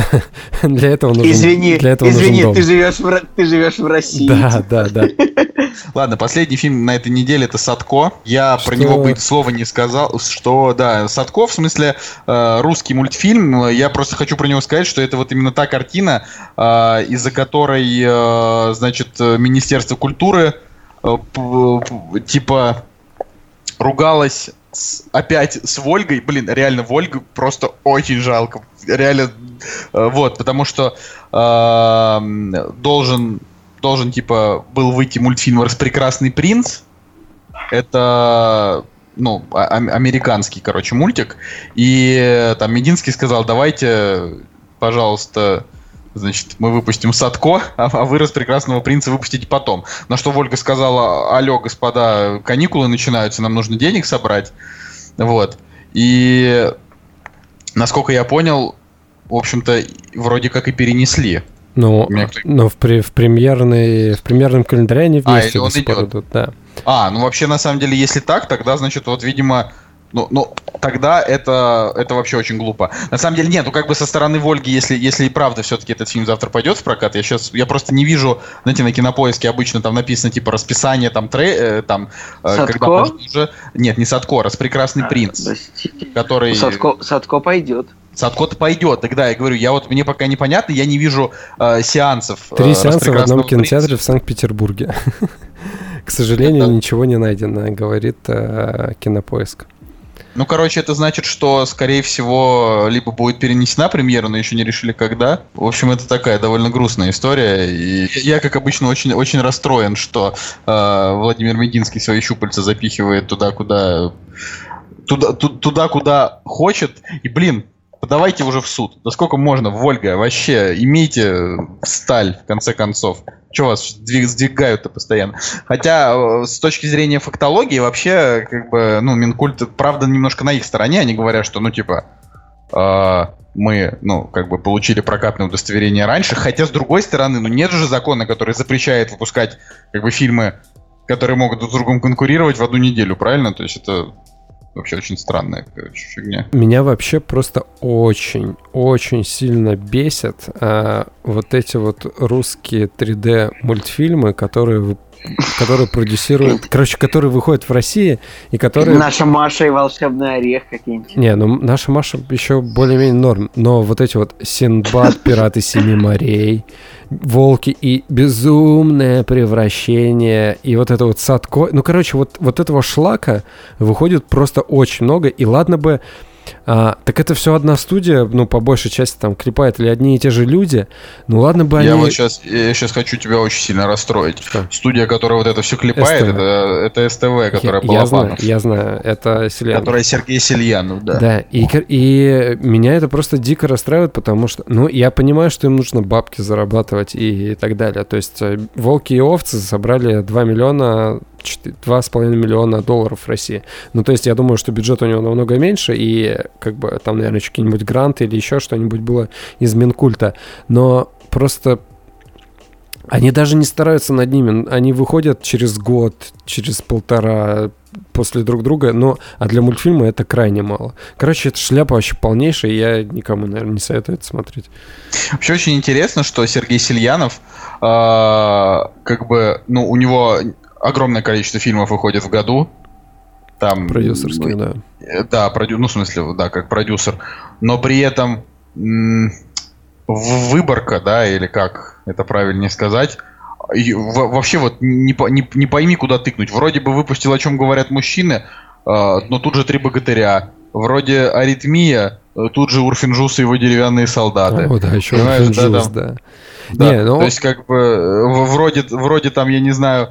для этого нужен Извини, для этого извини, нужен дом. Ты живешь в, ты живешь в России. Да, да, да. Ладно, последний фильм на этой неделе — это «Садко». Я что? Про него бы слова не сказал, что, да, «Садко», в смысле, э, русский мультфильм. Я просто хочу про него сказать, что это вот именно та картина, э, из-за которой, э, значит, Министерство культуры э, п- типа ругалось с, опять с Вольгой. Блин, реально, Вольгу просто очень жалко. Реально, э, вот, потому что э, должен... должен, типа, был выйти мультфильм «Распрекрасный принц». Это, ну, а- американский, короче, мультик. И там Мединский сказал, давайте, пожалуйста, Значит, мы выпустим Садко, а, а вы «Раз прекрасного принца» выпустите потом. На что Вольга сказала: алло, господа, каникулы начинаются, нам нужно денег собрать. Вот. И, насколько я понял, в общем-то, вроде как и перенесли. Ну, кто... но в, при, в, премьерный, в премьерном календаре они вместе а, до сих пор идут, да. А, ну вообще, на самом деле, если так, тогда, значит, вот, видимо... Ну, ну, тогда это, это вообще очень глупо. На самом деле, нет, ну как бы со стороны Вольги, если, если и правда все-таки этот фильм завтра пойдет в прокат, я сейчас, я просто не вижу, знаете, на Кинопоиске обычно там написано типа расписание, там, трей, э, там, э, когда можно уже... Нет, не Садко, «Распрекрасный а, принц», простите. Который... Ну, Садко, Садко пойдет. Садко-то пойдет, тогда я говорю, я вот, мне пока непонятно, я не вижу э, сеансов. Три э, сеанса в одном кинотеатре в Санкт-Петербурге. К сожалению, ничего не найдено, говорит Кинопоиск. Ну, короче, это значит, что, скорее всего, либо будет перенесена премьера, но еще не решили, когда. В общем, это такая довольно грустная история. И я, как обычно, очень, очень расстроен, что э, Владимир Мединский свои щупальца запихивает туда, куда... Туда, ту, туда, куда хочет. И, блин, подавайте уже в суд. Да сколько можно, Вольга? Вообще, имейте сталь, в конце концов. Чего вас сдвигают-то постоянно? Хотя, с точки зрения фактологии, вообще, как бы, ну, Минкульт, правда, немножко на их стороне. Они говорят, что, ну, типа, э, мы, ну, как бы, получили прокатное удостоверение раньше. Хотя, с другой стороны, ну, нет же закона, который запрещает выпускать, как бы, фильмы, которые могут друг с другом конкурировать в одну неделю, правильно? То есть, это... Вообще очень странная, короче, фигня. Меня вообще просто очень-очень сильно бесят а, вот эти вот русские три дэ мультфильмы, которые, которые продюсируют, короче, которые выходят в России и которые... Наша Маша и волшебный орех какие-нибудь. Не, ну наша Маша еще более-менее норм, но вот эти вот Синдбад, Пираты Семи морей, Волки и Безумное превращение, и вот это вот Садко. Ну, короче, вот, вот этого шлака выходит просто очень много, и ладно бы... А, так это все одна студия, ну, по большей части там клепает, или одни и те же люди. Ну, ладно бы они... Я вот сейчас, я сейчас хочу тебя очень сильно расстроить. Что? Студия, которая вот это все клепает, это, это СТВ, которая я, я знаю, я знаю, это Сельянов. Которая Сергей Сельянов, да. Да, и, и меня это просто дико расстраивает, потому что, ну, я понимаю, что им нужно бабки зарабатывать и, и так далее. То есть «Волки и овцы» собрали два миллиона... два с половиной миллиона долларов в России. Ну, то есть, я думаю, что бюджет у него намного меньше, и как бы там, наверное, какие-нибудь гранты или еще что-нибудь было из Минкульта. Но просто они даже не стараются над ними. Они выходят через год, через полтора после друг друга, но а для мультфильма это крайне мало. Короче, это шляпа вообще полнейшая, и я никому, наверное, не советую это смотреть. Вообще очень интересно, что Сергей Сельянов э, как бы, ну, у него... огромное количество фильмов выходит в году. Там, продюсерские, да. Да, продю... ну, в смысле, да, как продюсер. Но при этом м- выборка, да, или как это правильнее сказать, и, в- вообще вот не, не, не пойми, куда тыкнуть. Вроде бы выпустил «О чем говорят мужчины», э, но тут же «Три богатыря». Вроде «Аритмия», тут же Урфин Джюс и его «Деревянные солдаты». О, да, еще Урфин Джюс, да. Да, не, ну... то есть как бы вроде, вроде там, я не знаю...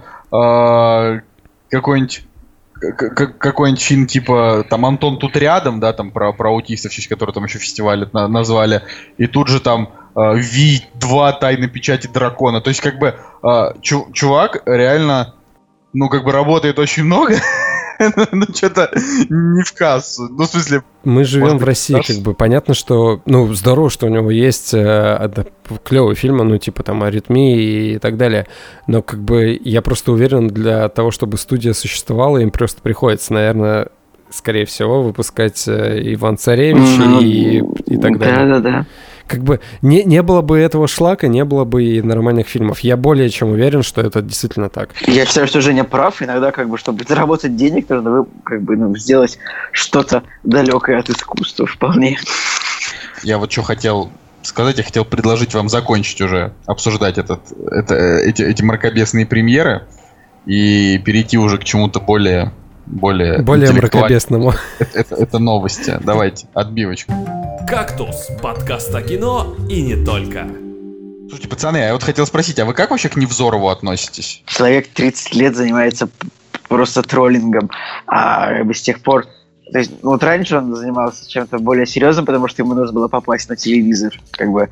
какой-нибудь какой-нибудь фильм типа там «Антон тут рядом», да, там про, про аутистов, в честь которого там еще фестиваль на, назвали, и тут же там Ви два «Тайны печати дракона». То есть как бы чу, чувак реально, ну как бы работает очень много, ну что-то не в кассу. Ну в смысле... Мы живем в России, как бы понятно, что, ну, здорово, что у него есть э, клевые фильмы, ну, типа там «Аритмии» и так далее, но как бы я просто уверен, для того, чтобы студия существовала, им просто приходится, наверное, скорее всего, выпускать э, Иван Царевич mm-hmm. и, и так далее. Да-да-да. Как бы не, не было бы этого шлака, не было бы и нормальных фильмов. Я более чем уверен, что это действительно так. Я считаю, что Женя прав. Иногда, как бы, чтобы заработать денег, нужно как бы, ну, сделать что-то далекое от искусства вполне. Я вот что хотел сказать, я хотел предложить вам закончить уже обсуждать этот, это, эти, эти мракобесные премьеры и перейти уже к чему-то более... Более, более мракобесному. Это, это, это новости. Давайте, отбивочку. «Кактус» — подкаст о кино и не только. Слушайте, пацаны, я вот хотел спросить, а вы как вообще к Невзорову относитесь? Человек тридцать лет занимается просто троллингом, а с тех пор... То есть, ну, вот раньше он занимался чем-то более серьезным, потому что ему нужно было попасть на телевизор, как бы.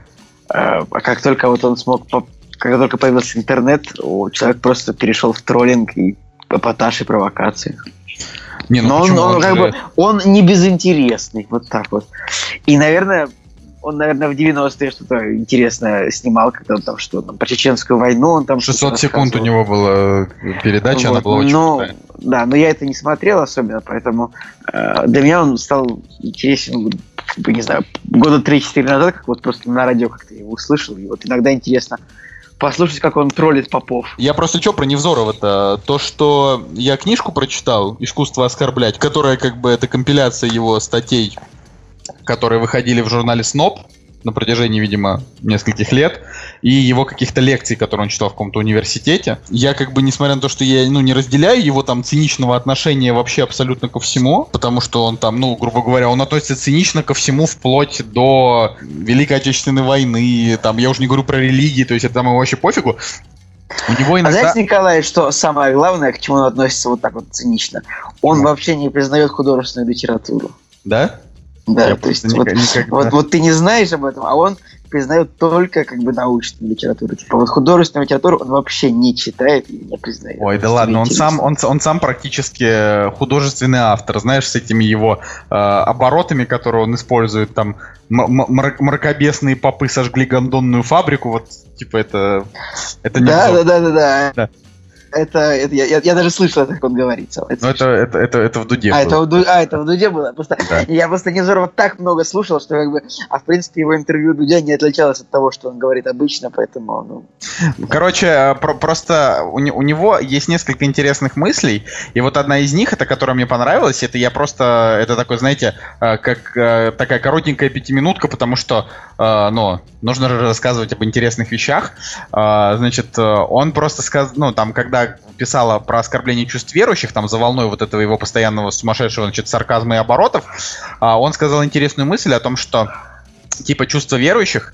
А как только вот он смог, когда только появился интернет, человек просто перешел в троллинг и эпатаж и провокации. Не, ну Но он, он, он, как же... бы, он не безинтересный, вот так вот. И, наверное, он, наверное, в девяностые что-то интересное снимал, когда он там что там, по Чеченскую войну он там шестьсот секунд у него была передача, вот, она была очень но, крутая. Да, но я это не смотрел особенно, поэтому э, для меня он стал интересен, не знаю, года три-четыре назад, как вот просто на радио как-то его услышал, и вот иногда интересно послушать, как он троллит попов. Я просто что про Невзорова-то? То, что я книжку прочитал «Искусство оскорблять», которая как бы это компиляция его статей, которые выходили в журнале «Сноб» на протяжении, видимо, нескольких лет, и его каких-то лекций, которые он читал в каком-то университете. Я как бы, несмотря на то, что я ну, не разделяю его там циничного отношения вообще абсолютно ко всему, потому что он там, ну, грубо говоря, он относится цинично ко всему вплоть до Великой Отечественной войны, там, я уже не говорю про религии, то есть это там ему вообще пофигу. У него иногда... А знаете, Николай, что самое главное, к чему он относится вот так вот цинично? Он mm. вообще не признает художественную литературу. Да? Да, я то есть вот, никогда... вот, вот ты не знаешь об этом, а он признает только как бы научную литературу. Типа вот художественную литературу он вообще не читает и не признает. Ой, да ладно, он сам, он, он сам практически художественный автор, знаешь, с этими его э, оборотами, которые он использует, там м- м- мракобесные попы сожгли гондонную фабрику, вот типа это... это не да, да, да, да, да, да. Это, это я, я, я даже слышал, как он говорит. Это, это, это, это, это в Дуде а, было. Это в, а, это в Дуде было. Просто, да. Я просто Невзорова так много слушал, что как бы... А в принципе его интервью Дудя не отличалось от того, что он говорит обычно, поэтому... Ну... Короче, про- просто у, у него есть несколько интересных мыслей, и вот одна из них, это которая мне понравилась, это я просто... Это такой, знаете, как такая коротенькая пятиминутка, потому что, ну, нужно рассказывать об интересных вещах. Значит, он просто сказал... Ну, там, когда писала про оскорбление чувств верующих, там за волной вот этого его постоянного сумасшедшего, значит, сарказма и оборотов, он сказал интересную мысль о том, что типа чувства верующих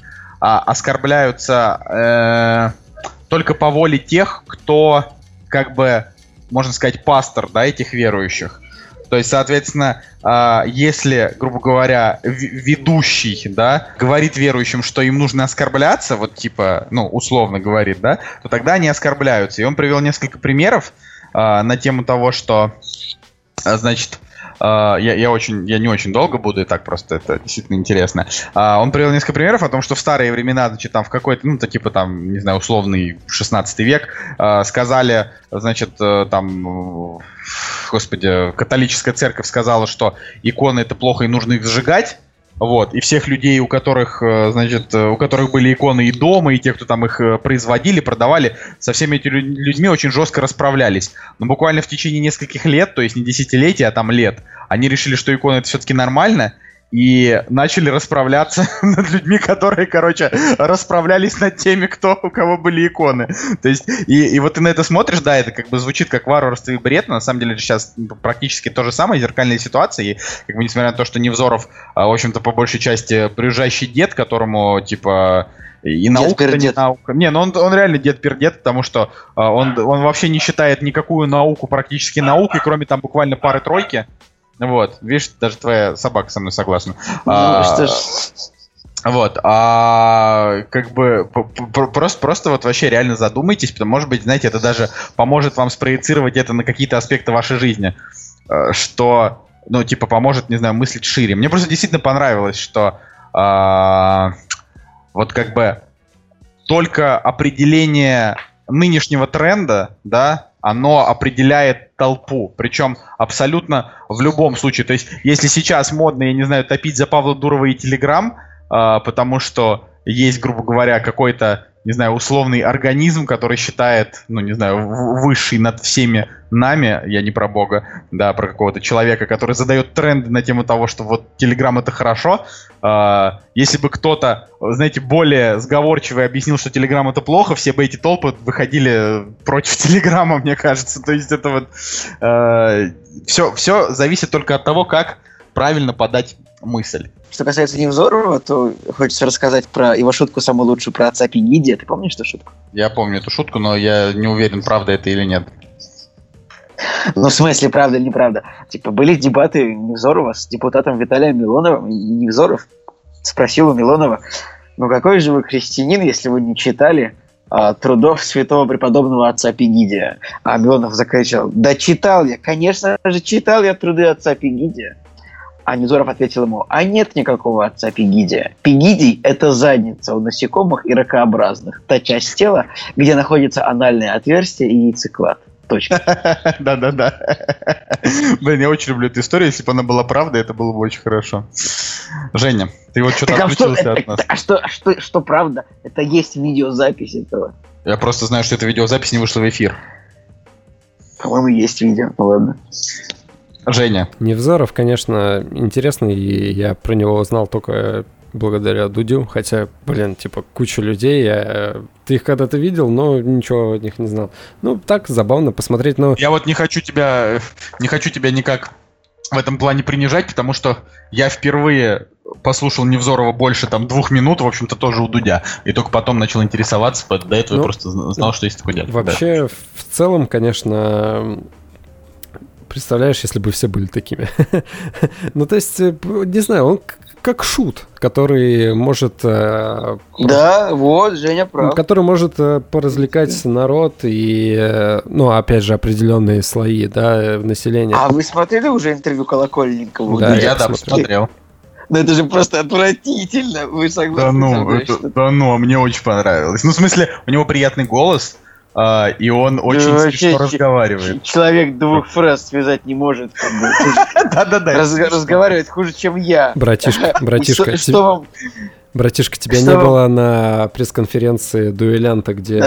оскорбляются э, только по воле тех, кто, как бы, можно сказать, пастор, да, этих верующих. То есть, соответственно, э, если, грубо говоря, в- ведущий, да, говорит верующим, что им нужно оскорбляться, вот типа, ну, условно говорит, да, то тогда они оскорбляются. И он привел несколько примеров э, на тему того, что, э, значит, э, я, я, очень, я не очень долго буду, и так просто это действительно интересно. Э, он привел несколько примеров о том, что в старые времена, значит, там в какой-то, ну, то типа там, не знаю, условный шестнадцатый век, э, сказали, значит, э, там... Господи, католическая церковь сказала, что иконы это плохо и нужно их сжигать. Вот, и всех людей, у которых, значит, у которых были иконы и дома, и те, кто там их производили, продавали, со всеми этими людьми очень жестко расправлялись. Но буквально в течение нескольких лет, то есть не десятилетий, а там лет, они решили, что иконы это все-таки нормально, и начали расправляться над людьми, которые, короче, расправлялись над теми, кто, у кого были иконы. То есть, и, и вот ты на это смотришь, да, это как бы звучит как варварство и бред, но на самом деле сейчас практически то же самое, зеркальная ситуация, и как бы несмотря на то, что Невзоров, в общем-то, по большей части приезжающий дед, которому, типа... И наука, не наука. Не, ну он, он реально дед-пердед, потому что он, он вообще не считает никакую науку практически наукой, кроме там буквально пары-тройки. Вот, видишь, даже твоя собака со мной согласна. Ну, а, что ж... Вот, а как бы просто, просто вот вообще реально задумайтесь, потому может быть, знаете, это даже поможет вам спроецировать это на какие-то аспекты вашей жизни, что, ну, типа, поможет, не знаю, мыслить шире. Мне просто действительно понравилось, что а, вот как бы только определение нынешнего тренда, да, оно определяет толпу, причем абсолютно в любом случае. То есть, если сейчас модно, я не знаю, топить за Павла Дурова и Телеграм, э, потому что есть, грубо говоря, какой-то, не знаю, условный организм, который считает, ну, не знаю, высший над всеми нами, я не про Бога, да, про какого-то человека, который задает тренды на тему того, что вот Телеграм это хорошо. Э, если бы кто-то, знаете, более сговорчивый объяснил, что Телеграм это плохо, все бы эти толпы выходили против Телеграма, мне кажется. То есть это вот э, все, все зависит только от того, как правильно подать мысль. Что касается Невзорова, то хочется рассказать про его шутку самую лучшую про отца Пегидия. Ты помнишь эту шутку? Я помню эту шутку, но я не уверен, правда это или нет. Ну, в смысле, правда или неправда? Типа, были дебаты Невзорова с депутатом Виталием Милоновым, и Невзоров спросил у Милонова, ну какой же вы христианин, если вы не читали а, трудов святого преподобного отца Пегидия? А Милонов закричал: да читал я, конечно же читал я труды отца Пегидия. А Невзоров ответил ему: а нет никакого отца Пегидия. Пегидий – это задница у насекомых и ракообразных. Та часть тела, где находится анальное отверстие и яйцеклад. Точка. Да-да-да. Блин, я очень люблю эту историю. Если бы она была правдой, это было бы очень хорошо. Женя, ты вот что-то отключился от нас. А что, что, что правда? Это есть видеозапись этого. Я просто знаю, что эта видеозапись не вышла в эфир. По-моему, есть видео. Ну ладно. Женя. Невзоров, конечно, интересный, и я про него узнал только благодаря Дудю, хотя, блин, типа, куча людей, я... ты их когда-то видел, но ничего о них не знал. Ну, так, забавно посмотреть, но... Я вот не хочу тебя, не хочу тебя никак в этом плане принижать, потому что я впервые послушал Невзорова больше там двух минут, в общем-то, тоже у Дудя, и только потом начал интересоваться, до этого ну, я просто знал, что есть такой дядя. Вообще, да. В целом, конечно... Представляешь, если бы все были такими. Ну, то есть, не знаю, он как шут, который может... Да, вот, Женя прав. Который может поразвлекать народ и, ну, опять же, определенные слои, да, населения. А вы смотрели уже интервью Колокольникова? Да, я, да, посмотрел. Ну это же просто отвратительно, вы согласны? Да ну, это, да ну, мне очень понравилось. Ну, в смысле, у него приятный голос... Uh, и он очень да, смешно разговаривает. Человек двух фраз связать не может. Да-да-да. Разговаривает хуже, чем я. Братишка, братишка. Что вам... Братишка, тебя не было на пресс-конференции дуэлянта, где...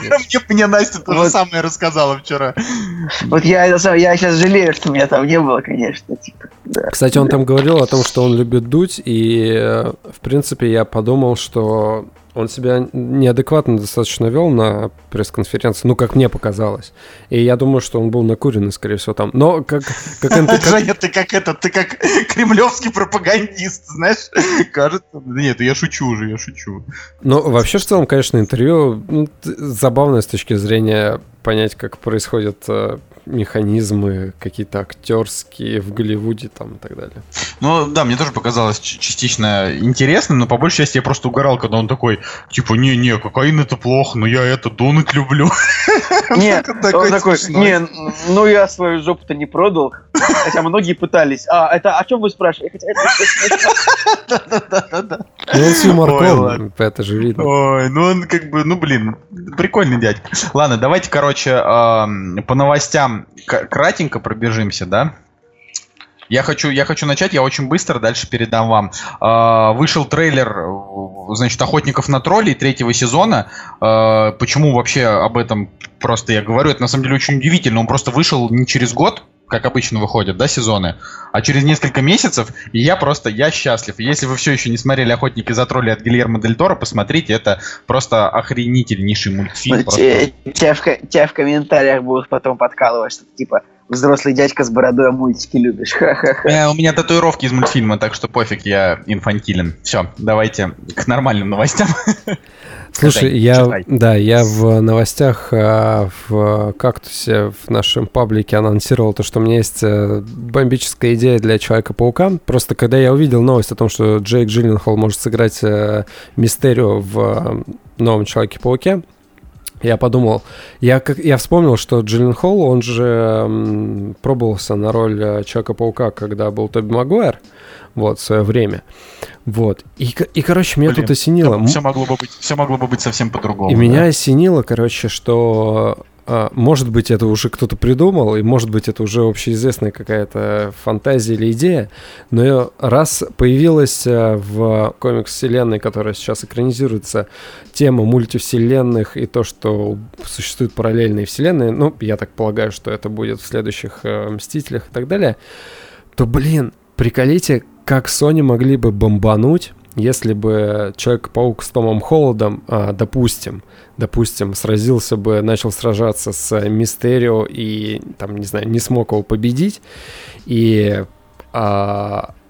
Мне Настя то же самое рассказала вчера. Вот я сейчас жалею, что меня там не было, конечно. Кстати, он там говорил о том, что он любит дуть, и, в принципе, я подумал, что... Он себя неадекватно достаточно вел на пресс-конференции, ну, как мне показалось. И я думаю, что он был накуренный, скорее всего, там. Но как... как Женя, ты как этот, ты как кремлевский пропагандист, знаешь? Кажется... Нет, я шучу уже, я шучу. Ну, вообще, в целом, конечно, интервью ну, забавное с точки зрения понять, как происходят э, механизмы какие-то актерские в Голливуде там и так далее. Ну да, мне тоже показалось частично интересным, но по большей части я просто угорал, когда он такой, типа, не-не, кокаин это плохо, но я это донат люблю. Нет, он такой, не, ну я свою жопу-то не продал, хотя многие пытались. А, это о чем вы спрашиваете? Да-да-да-да. Ну он с юморком, это же видно. Ой, ну он как бы, ну блин, прикольный дядька. Ладно, давайте, короче, по новостям кратенько пробежимся, да? Я хочу, я хочу начать, я очень быстро дальше передам вам. Uh, вышел трейлер, значит, «Охотников на троллей» третьего сезона. Uh, почему вообще об этом просто я говорю? Это на самом деле очень удивительно. Он просто вышел не через год, как обычно выходят, да, сезоны, а через несколько месяцев, и я просто, я счастлив. Если вы все еще не смотрели «Охотники за тролли» от Гильермо Дель Торо, посмотрите, это просто охренительнейший мультфильм. Просто... Тебя, в, тебя в комментариях будут потом подкалывать, что типа взрослый дядька с бородой, а мультики любишь. Ха-ха-ха. Э, у меня татуировки из мультфильма, так что пофиг, я инфантилен. Все, давайте к нормальным новостям. Слушай, Читай, я, читай. да, я в новостях а, в «Кактусе» в нашем паблике анонсировал то, что у меня есть бомбическая идея для Человека-паука. Просто когда я увидел новость о том, что Джейк Джилленхол может сыграть а, Мистерио в новом Человеке-пауке, я подумал, я, как, я вспомнил, что Джилленхол, он же м, пробовался на роль Человека-паука, когда был Тоби Магуайр, вот, в свое время. Вот. И, и короче, меня Блин, тут осенило. Все могло бы быть, все могло бы быть совсем по-другому. И да? меня осенило, короче, что... А, может быть, это уже кто-то придумал, и может быть, это уже общеизвестная какая-то фантазия или идея, но раз появилась в комикс-вселенной, которая сейчас экранизируется, тема мультивселенных и то, что существуют параллельные вселенные, ну, я так полагаю, что это будет в следующих э, «Мстителях» и так далее, то, блин, приколите, как Sony могли бы бомбануть, если бы Человек-паук с Томом Холландом, а, допустим, допустим, сразился бы, начал сражаться с Мистерио и, там, не знаю, не смог его победить, и а,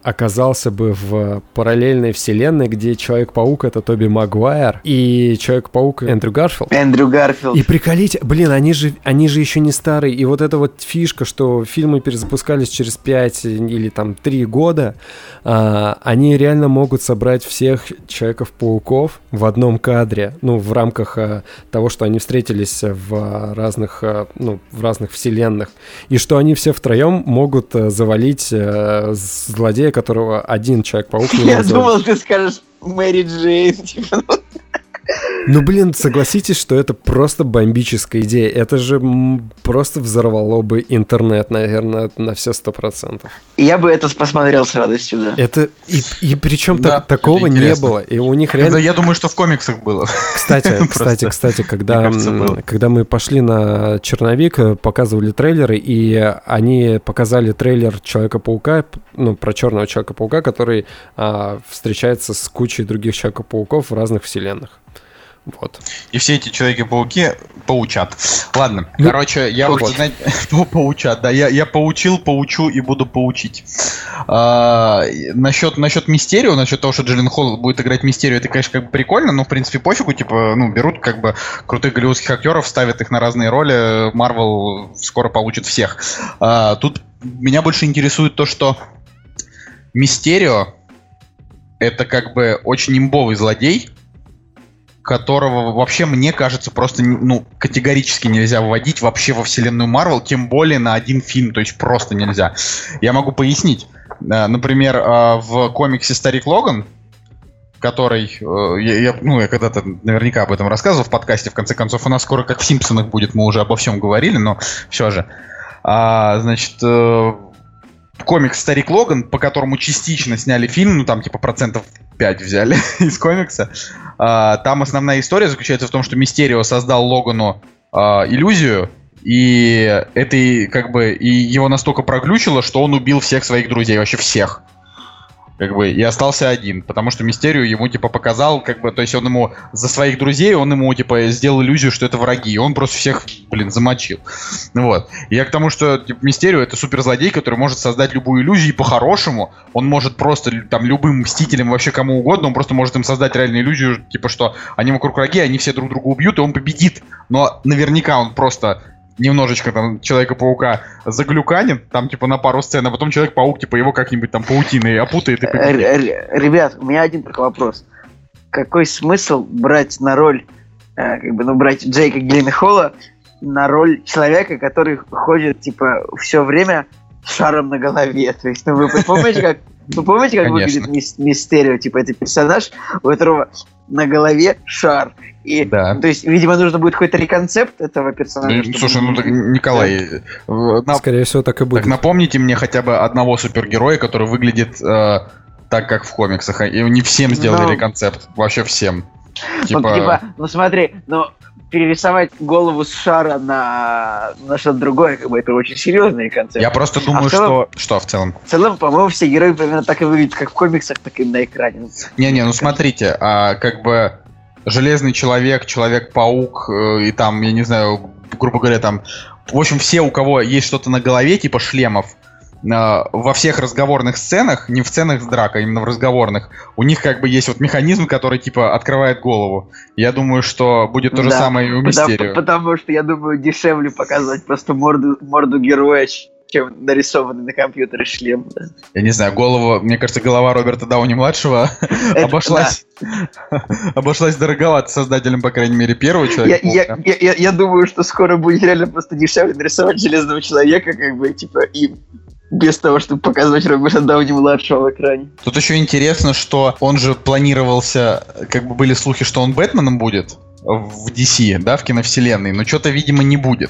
оказался бы в параллельной вселенной, где Человек-паук — это Тоби Магуайр, и Человек-паук — Эндрю Гарфилд. Эндрю Гарфилд. И приколите, блин, они же, они же еще не старые, и вот эта вот фишка, что фильмы перезапускались через пять или там три года, а, они реально могут собрать всех Человеков-пауков в одном кадре, ну, в рамках а, того, что они встретились в разных, а, ну, в разных вселенных, и что они все втроем могут а, завалить а, злодея, которого один Человек-паук не Я может думал, завалить. ты скажешь Мэри Джейн, типа, ну... Ну, блин, согласитесь, что это просто бомбическая идея. Это же м, просто взорвало бы интернет, наверное, на все сто процентов. Я бы это посмотрел с радостью, да. Это и, и причем Да, так, такого не интересно. было. И у них Когда- реально... Я думаю, что в комиксах было. Кстати, Просто, кстати, кстати, когда, мне кажется, было. м, когда мы пошли на Черновик, э, показывали трейлеры, и они показали трейлер Человека-паука, п- ну, про черного Человека-паука, который а, встречается с кучей других Человека-пауков в разных вселенных. Вот. И все эти Человеки-пауки поучат. Ладно, Ну, короче, я вот, вот. знаете, по- поучат, да, я, я поучил, поучу и буду поучить. А, насчет, насчет Мистерио, насчет того, что Джиллен Холл будет играть Мистерио, это, конечно, как бы прикольно, но, в принципе, пофигу, типа, ну, берут, как бы, крутых голливудских актеров, ставят их на разные роли, Марвел скоро получит всех. А, тут меня больше интересует то, что Мистерио — это, как бы, очень имбовый злодей, которого вообще, мне кажется, просто ну, категорически нельзя вводить вообще во вселенную Марвел, тем более на один фильм, то есть просто нельзя. Я могу пояснить. Например, в комиксе «Старик Логан», который, я, я, ну, я когда-то наверняка об этом рассказывал в подкасте, в конце концов, у нас скоро как в «Симпсонах» будет, мы уже обо всем говорили, но все же. А, значит, комикс «Старик Логан», по которому частично сняли фильм, ну там типа процентов пять взяли из комикса. А, там основная история заключается в том, что Мистерио создал Логану а, иллюзию, и это как бы и его настолько проглючило, что он убил всех своих друзей, вообще всех. Как бы, и остался один, потому что Мистерио ему, типа, показал, как бы, то есть он ему за своих друзей, он ему, типа, сделал иллюзию, что это враги, и он просто всех, блин, замочил. Вот. И я к тому, что, типа, Мистерио — это суперзлодей, который может создать любую иллюзию, и по-хорошему он может просто, там, любым Мстителям, вообще кому угодно, он просто может им создать реальную иллюзию, типа, что они вокруг враги, они все друг друга убьют, и он победит. Но наверняка он просто... немножечко там Человека-паука заглюканит, там типа на пару сцен, а потом Человек-паук типа его как-нибудь там паутиной опутает и победит. Ребят, у меня один только вопрос. Какой смысл брать на роль, э, как бы, ну, брать Джейка Гилленхола на роль человека, который ходит, типа, все время с шаром на голове? То есть, ну, вы помните, как, вы помните, как Конечно. выглядит мис- Мистерио? Типа, это персонаж, у которого на голове шар. И, Да. ну, то есть, видимо, нужно будет какой-то реконцепт этого персонажа. Ну, чтобы- слушай, ну так, Николай, э, на- Скорее всего, так и будет. так напомните мне хотя бы одного супергероя, который выглядит э, так, как в комиксах. И не всем сделали Ну. реконцепт, вообще всем. Ну, Типа, типа, ну смотри, ну перерисовать голову с шара на, на что-то другое, как бы это очень серьезный концепт. я просто думаю, в целом- что... Что в целом? В целом, по-моему, все герои примерно так и выглядят, как в комиксах, так и на экране. Не-не, ну смотрите, а, как бы Железный Человек, Человек-паук э, и там, я не знаю, грубо говоря, там, в общем, все, у кого есть что-то на голове, типа шлемов, э, во всех разговорных сценах, не в сценах с дракой, а именно в разговорных, у них как бы есть вот механизм, который типа открывает голову. Я думаю, что будет то же Да, самое и у Потому, Мистерио. потому что, я думаю, дешевле показывать просто морду, морду героя, чем нарисованный на компьютере шлем. Да. Я не знаю, голову, мне кажется, голова Роберта Дауни-младшего Это- обошлась, обошлась дороговато создателям, по крайней мере, первого Я, человека. я, я, я, я думаю, что скоро будет реально просто дешевле нарисовать Железного Человека, как бы, типа, и без того, чтобы показывать Роберта Дауни-младшего в экране. Тут еще интересно, что он же планировался, как бы были слухи, что он Бэтменом будет в ди си, да, в киновселенной, но что-то, видимо, не будет.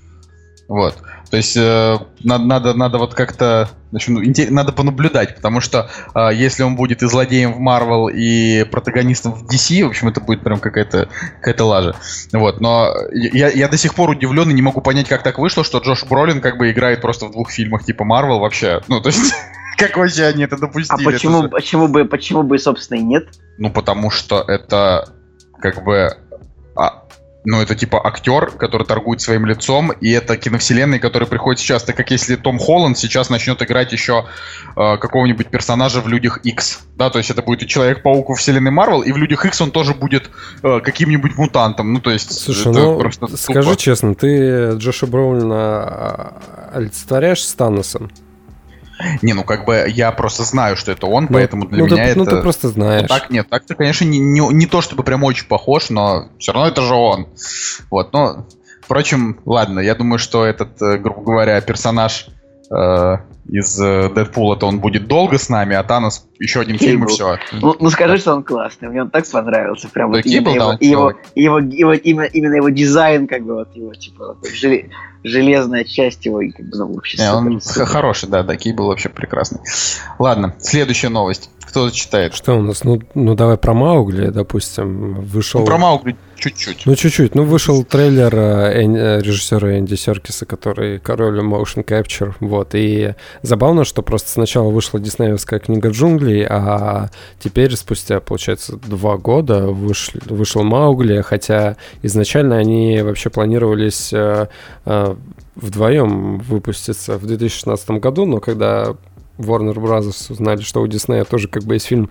Вот. То есть э, надо, надо, надо вот как-то, значит, ну, интер- надо понаблюдать, потому что э, если он будет и злодеем в Марвел, и протагонистом в ди си, в общем, это будет прям какая-то, какая-то лажа. Вот. Но я, я до сих пор удивлен и не могу понять, как так вышло, что Джош Бролин как бы играет просто в двух фильмах типа Марвел вообще. Ну, то есть, как вообще они это А допустили? почему, Это же- почему бы, почему бы, собственно, и нет? Ну, потому что это как бы... а, ну, это типа актер, который торгует своим лицом, и это киновселенная, которая приходит сейчас, так как если Том Холланд сейчас начнет играть еще э, какого-нибудь персонажа в Людях Икс, да, то есть это будет и Человек-паук во вселенной Марвел, и в Людях Икс он тоже будет э, каким-нибудь мутантом, ну, то есть... Слушай, ну, просто скажи тупо. Честно, ты Джоша Бролина олицетворяешь с Таносом? Не, ну как бы я просто знаю, что это он, ну, поэтому для ну, меня ты, это... Ну ты просто знаешь. Ну, так нет, так-то, конечно, не, не, не то чтобы прям очень похож, но все равно это же он. Вот, но, впрочем, ладно, я думаю, что этот, грубо говоря, персонаж э, из Дэдпула-то он будет долго с нами, а Танос еще один фильм и все. Ну, ну скажи, что он классный, мне он так понравился. Прям да, вот именно, Кейбл, его, да, его, его, его, именно, именно его дизайн, как бы вот его, типа, желе, железная часть его, и как бы, ну, вообще Не, супер, он супер. Хороший, да, да, Кейбл вообще прекрасный. Ладно, следующая новость. Кто зачитает? Что у нас? Ну, ну давай про Маугли, допустим, вышел... Ну, про Маугли чуть-чуть. Ну, чуть-чуть. Ну, вышел трейлер э, режиссера Энди Серкиса, который король motion capture, вот. И забавно, что просто сначала вышла диснеевская книга джунглей, а теперь, спустя, получается, два года вышел, вышел Маугли, хотя изначально они вообще планировались э, э, вдвоем выпуститься в две тысячи шестнадцатом году, но когда Warner Bros. Узнали, что у Диснея тоже как бы есть фильм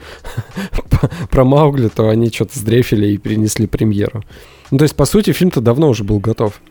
про Маугли, то они что-то сдрефили и перенесли премьеру. Ну, то есть, по сути, фильм-то давно уже был готов.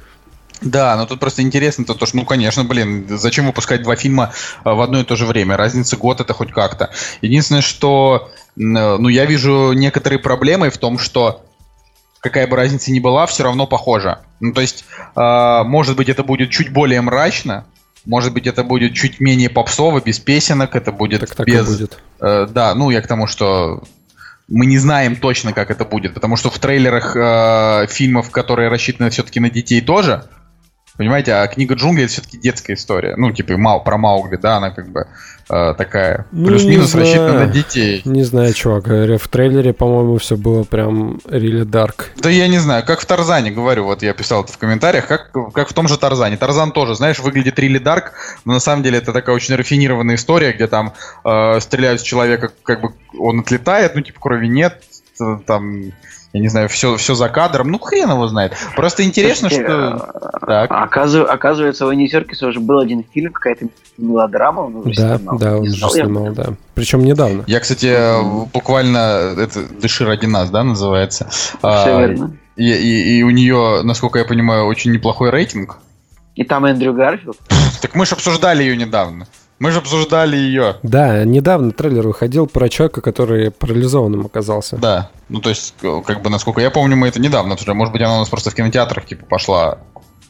Да, но тут просто интересно то, что, ну, конечно, блин, зачем выпускать два фильма в одно и то же время? Разница год это хоть как-то. Единственное, что, ну, я вижу некоторые проблемы в том, что какая бы разница ни была, все равно похоже. Ну, то есть, э, может быть, это будет чуть более мрачно, может быть, это будет чуть менее попсово, без песенок, это будет так, так без... и будет. Э, да, ну, я к тому, что мы не знаем точно, как это будет, потому что в трейлерах э, фильмов, которые рассчитаны все-таки на детей тоже, понимаете, а книга джунглей это все-таки детская история. Ну, типа, Мау, про Маугли, да, она как бы э, такая ну, плюс-минус рассчитана на детей. Не знаю, чувак, в трейлере, по-моему, все было прям really dark. Да я не знаю, как в Тарзане, говорю, вот я писал это в комментариях, как, как в том же Тарзане. Тарзан тоже, знаешь, выглядит really dark, но на самом деле это такая очень рафинированная история, где там э, стреляют с человека, как бы он отлетает, ну, типа, крови нет, там... Я не знаю, все, все за кадром. Ну, хрен его знает. Просто интересно, Слушайте, что... Так. Оказывается, оказывается, у Энди Серкиса уже был один фильм, какая-то мелодрама. Он уже да, снимал. да, он Не уже знал, снимал, я... да. Причем недавно. Я, кстати, mm-hmm. буквально... Это «Дыши ради нас», да, называется? Все а, верно. И, и, и у нее, насколько я понимаю, очень неплохой рейтинг. И там Эндрю Гарфилд. Так мы же обсуждали ее недавно. Мы же обсуждали ее. Да, недавно трейлер выходил про человека, который парализованным оказался. Да, ну то есть, как бы, насколько я помню, мы это недавно уже. Может быть, она у нас просто в кинотеатрах, типа, пошла.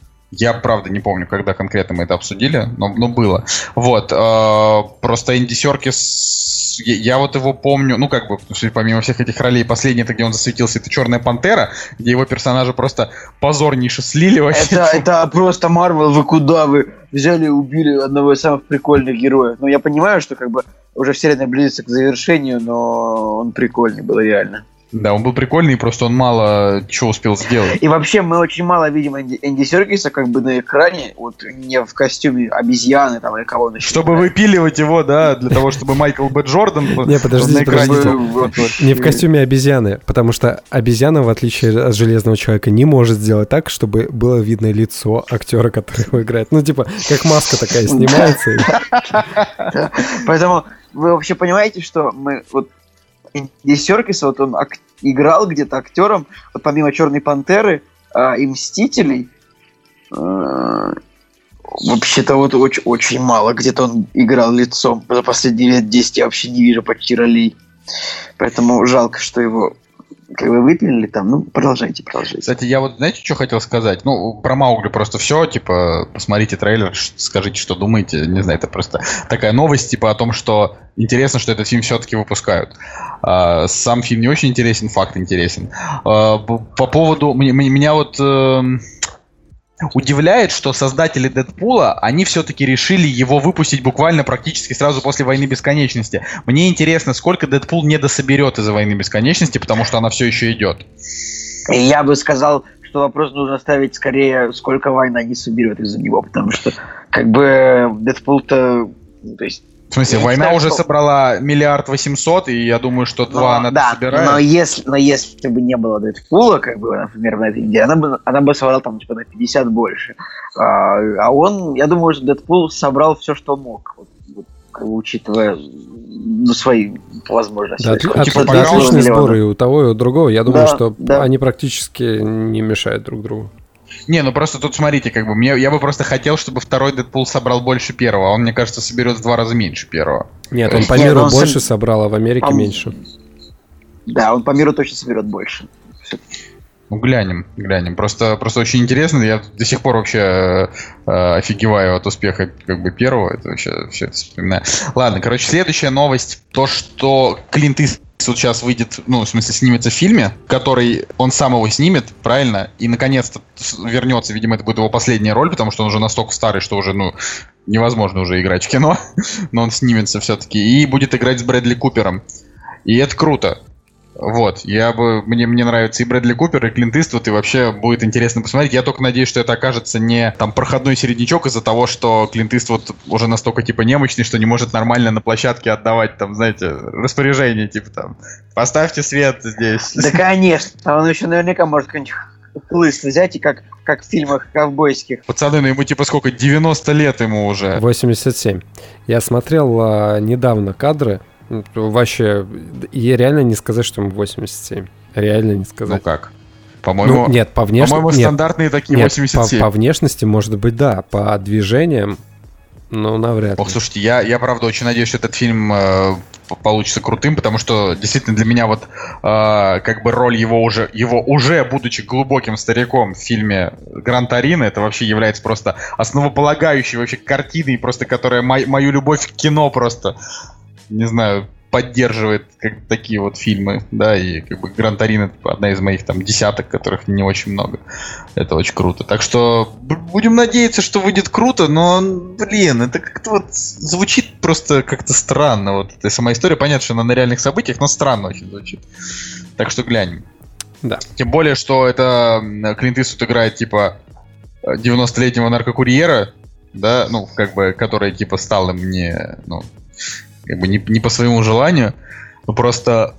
Я, правда, не помню, когда конкретно мы это обсудили, но, но было. Вот, э, просто Энди Серкис, я, я вот его помню, ну, как бы, помимо всех этих ролей, последний, это где он засветился, это «Черная пантера», где его персонажа просто позорнейше слили вообще. Это, это просто Марвел, вы куда? Вы взяли и убили одного из самых прикольных героев. Ну, я понимаю, что, как бы, уже вселенная близится к завершению, но он прикольный был реально. Да, он был прикольный, просто он мало чего успел сделать. И вообще мы очень мало видим Энди, Энди Серкиса как бы на экране, вот не в костюме обезьяны там или кого он еще. Чтобы выпиливать его, да, для того, чтобы Майкл Б. Джордан не, подождите, подождите. Не в костюме обезьяны, потому что обезьяна, в отличие от Железного человека, не может сделать так, чтобы было видно лицо актера, который его играет. Ну, типа, как маска такая снимается. Поэтому вы вообще понимаете, что мы вот Энди Серкис, вот он ак- играл где-то актером, вот помимо «Черной пантеры» э, и «Мстителей», э, вообще-то вот очень, очень мало где-то он играл лицом. За последние лет десять я вообще не вижу почти ролей. Поэтому жалко, что его как бы выпилили там. Ну, продолжайте, продолжайте. Кстати, я вот, знаете, что хотел сказать? Ну, про Маугли просто все, типа, посмотрите трейлер, скажите, что думаете. Не знаю, это просто такая новость, типа, о том, что интересно, что этот фильм все-таки выпускают. А, сам фильм не очень интересен, факт интересен. А, по поводу... Меня, меня вот... Э, удивляет, что создатели Дэдпула, они все-таки решили его выпустить буквально практически сразу после «Войны бесконечности». Мне интересно, сколько Дэдпул не дособерет из-за «Войны бесконечности», потому что она все еще идет. Я бы сказал, что вопрос нужно ставить скорее, сколько «Война» не соберет из-за него, потому что как бы Дэдпул-то, то есть В смысле, Я война считаю, уже что... собрала миллиард восемьсот, и я думаю, что но, два она да, собирает. Но если, но если бы не было Дэдпула, как бы, например, на этой неделе, она бы, она бы собрала там типа на пятьдесят больше. А, а он, я думаю, что Дэдпул собрал все, что мог, вот, вот, как бы, учитывая ну, свои возможности. Да, от, типа, от, типа, да, отличные сборы и у того, и у другого. Я думаю, да, что да. они практически не мешают друг другу. Не, ну просто тут смотрите, как бы, мне, я бы просто хотел, чтобы второй Дэдпул собрал больше первого, а он, мне кажется, соберет в два раза меньше первого. Нет, он по Нет, миру он больше соб- собрал, а в Америке Пом- меньше. Да, он по миру точно соберет больше. Ну, глянем, глянем. Просто, просто очень интересно. Я до сих пор вообще э, э, офигеваю от успеха как бы первого. Это вообще все это вспоминаю. Ладно, короче, следующая новость. То, что Клинт Иствуд сейчас выйдет, ну, в смысле, снимется в фильме, который он сам его снимет, правильно? И, наконец-то, вернется. Видимо, это будет его последняя роль, потому что он уже настолько старый, что уже, ну, невозможно уже играть в кино. Но он снимется все-таки. И будет играть с Брэдли Купером. И это круто. Вот, я бы, мне, мне нравится и Брэдли Купер, и Клинт Иствуд, и вообще будет интересно посмотреть. Я только надеюсь, что это окажется не там проходной середнячок из-за того, что Клинт Иствуд уже настолько типа немощный, что не может нормально на площадке отдавать там, знаете, распоряжение, типа там, поставьте свет здесь. Да, конечно. Он еще наверняка может какой-нибудь хлыст взять, и как, как в фильмах ковбойских. Пацаны, ну ему типа сколько, девяносто лет ему уже. восемьдесят семь. Я смотрел а, недавно кадры. Вообще, и реально не сказать, что ему восемьдесят семь. Реально не сказать. Ну как? По-моему, ну, нет, по внешности... по-моему нет, стандартные такие нет, восемьдесят семь. По, по внешности, может быть, да. По движениям, ну, навряд ли. Ох, слушайте, я, я правда очень надеюсь, что этот фильм э, получится крутым, потому что действительно для меня вот э, как бы роль его уже, его уже будучи глубоким стариком в фильме Гран Торино, это вообще является просто основополагающей вообще картиной, просто которая мо- мою любовь к кино просто, не знаю, поддерживает как такие вот фильмы, да, и как бы Гран Торино одна из моих там десяток, которых не очень много. Это очень круто. Так что б- будем надеяться, что выйдет круто, но, блин, это как-то вот звучит просто как-то странно. Вот эта сама история, понятно, что она на реальных событиях, но странно очень звучит. Так что глянем. Да. Тем более, что это Клинт Иствуд играет типа девяностолетнего наркокурьера, да, ну, как бы, который типа стал им не, ну, как бы не, не по своему желанию, но просто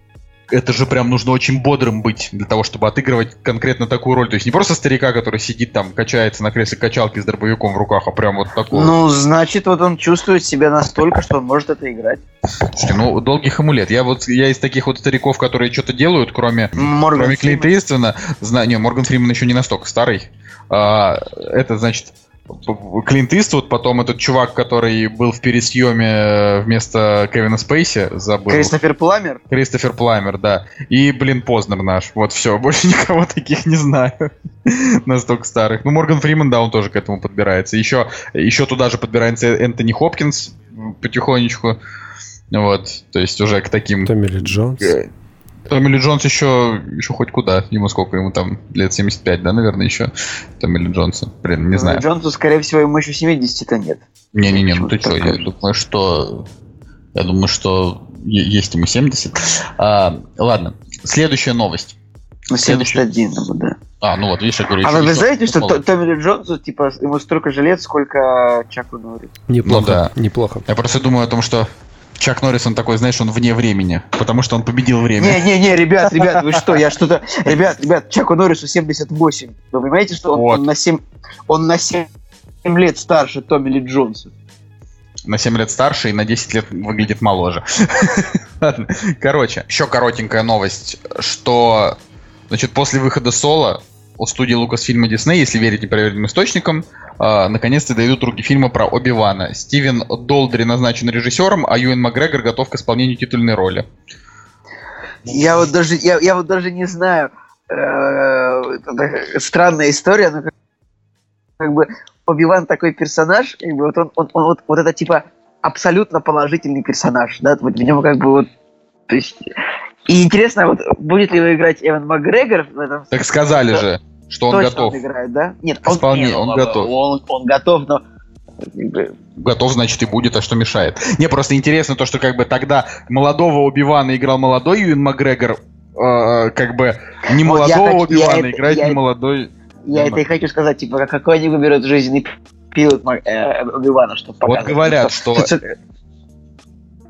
это же прям нужно очень бодрым быть для того, чтобы отыгрывать конкретно такую роль. То есть не просто старика, который сидит там, качается на кресле качалки с дробовиком в руках, а прям вот такого. Ну, значит, вот он чувствует себя настолько, что он может это играть. Слушайте, ну, долгих ему лет. Я вот, я из таких вот стариков, которые что-то делают, кроме, Морган кроме Фриман. Клинта Иствуда, знаю, не, Морган Фриман еще не настолько старый. А, это, значит, Клинт Иствуд, потом этот чувак, который был в пересъеме вместо Кевина Спейси, забыл. Кристофер Пламер? Кристофер Пламер, да. И, блин, Познер наш. Вот все, больше никого таких не знаю. Настолько старых. Ну, Морган Фриман, да, он тоже к этому подбирается. Еще, еще туда же подбирается Энтони Хопкинс потихонечку. Вот, то есть уже к таким... Томми Ли Джонс. Томми Ли Джонс еще, еще хоть куда. Ему сколько? Ему там лет семьдесят пять, да, наверное, еще? Томми Ли Джонса. Блин, не знаю. Джонсу, скорее всего, ему еще семидесяти-то нет. Не-не-не, ну ты что, я Почему-то думаю, что... Я думаю, что е- есть ему семьдесят. А, ладно, следующая новость. Ну, семьдесят один, ну, да. А, ну вот, видишь, я говорю... А еще- вы еще знаете, что попало. То- Томми Ли Джонсу, типа, ему столько же лет, сколько Чаку Норрису? Неплохо, Ну да. неплохо. Я просто думаю о том, что Чак Норрис, он такой, знаешь, он вне времени, потому что он победил время. Не-не-не, ребят, ребят, вы что, я что-то... Ребят, ребят, Чаку Норрису семьдесят восемь. Вы понимаете, что он, Вот. он на семь... Он на семь лет старше Томми Ли Джонса. На семь лет старше и на десять лет выглядит моложе. Ладно. Короче, еще коротенькая новость, что, значит, после выхода Соло у студии Lucasfilm и Disney, если верить непроверенным источникам, э, наконец-то дойдут руки фильма про Оби-Вана. Стивен Долдри назначен режиссером, а Юэн Макгрегор готов к исполнению титульной роли. Я вот даже, я, я вот даже не знаю, э, это странная история, но как, как бы Оби-Ван такой персонаж, как бы вот он, он, он вот, вот это типа абсолютно положительный персонаж, да, вот в нем как бы вот, то есть, и интересно, вот будет ли его играть Эван Макгрегор в этом? Так сказали Да. же, что он Точно готов. Он играет, да? Нет, К исполнению, нет, он готов. Он, он готов, но как бы, Готов, значит, и будет, а что мешает? Не, просто интересно то, что как бы тогда молодого Оби-Вана играл молодой Юэн Макгрегор, э, как бы не Вот я молодого так- я Оби-Вана это- играет я не это- молодой... я это и хочу сказать, типа, как- какой они выберут жизненный пилот Мак- э, Оби-Вана, чтобы Вот показать. говорят, что...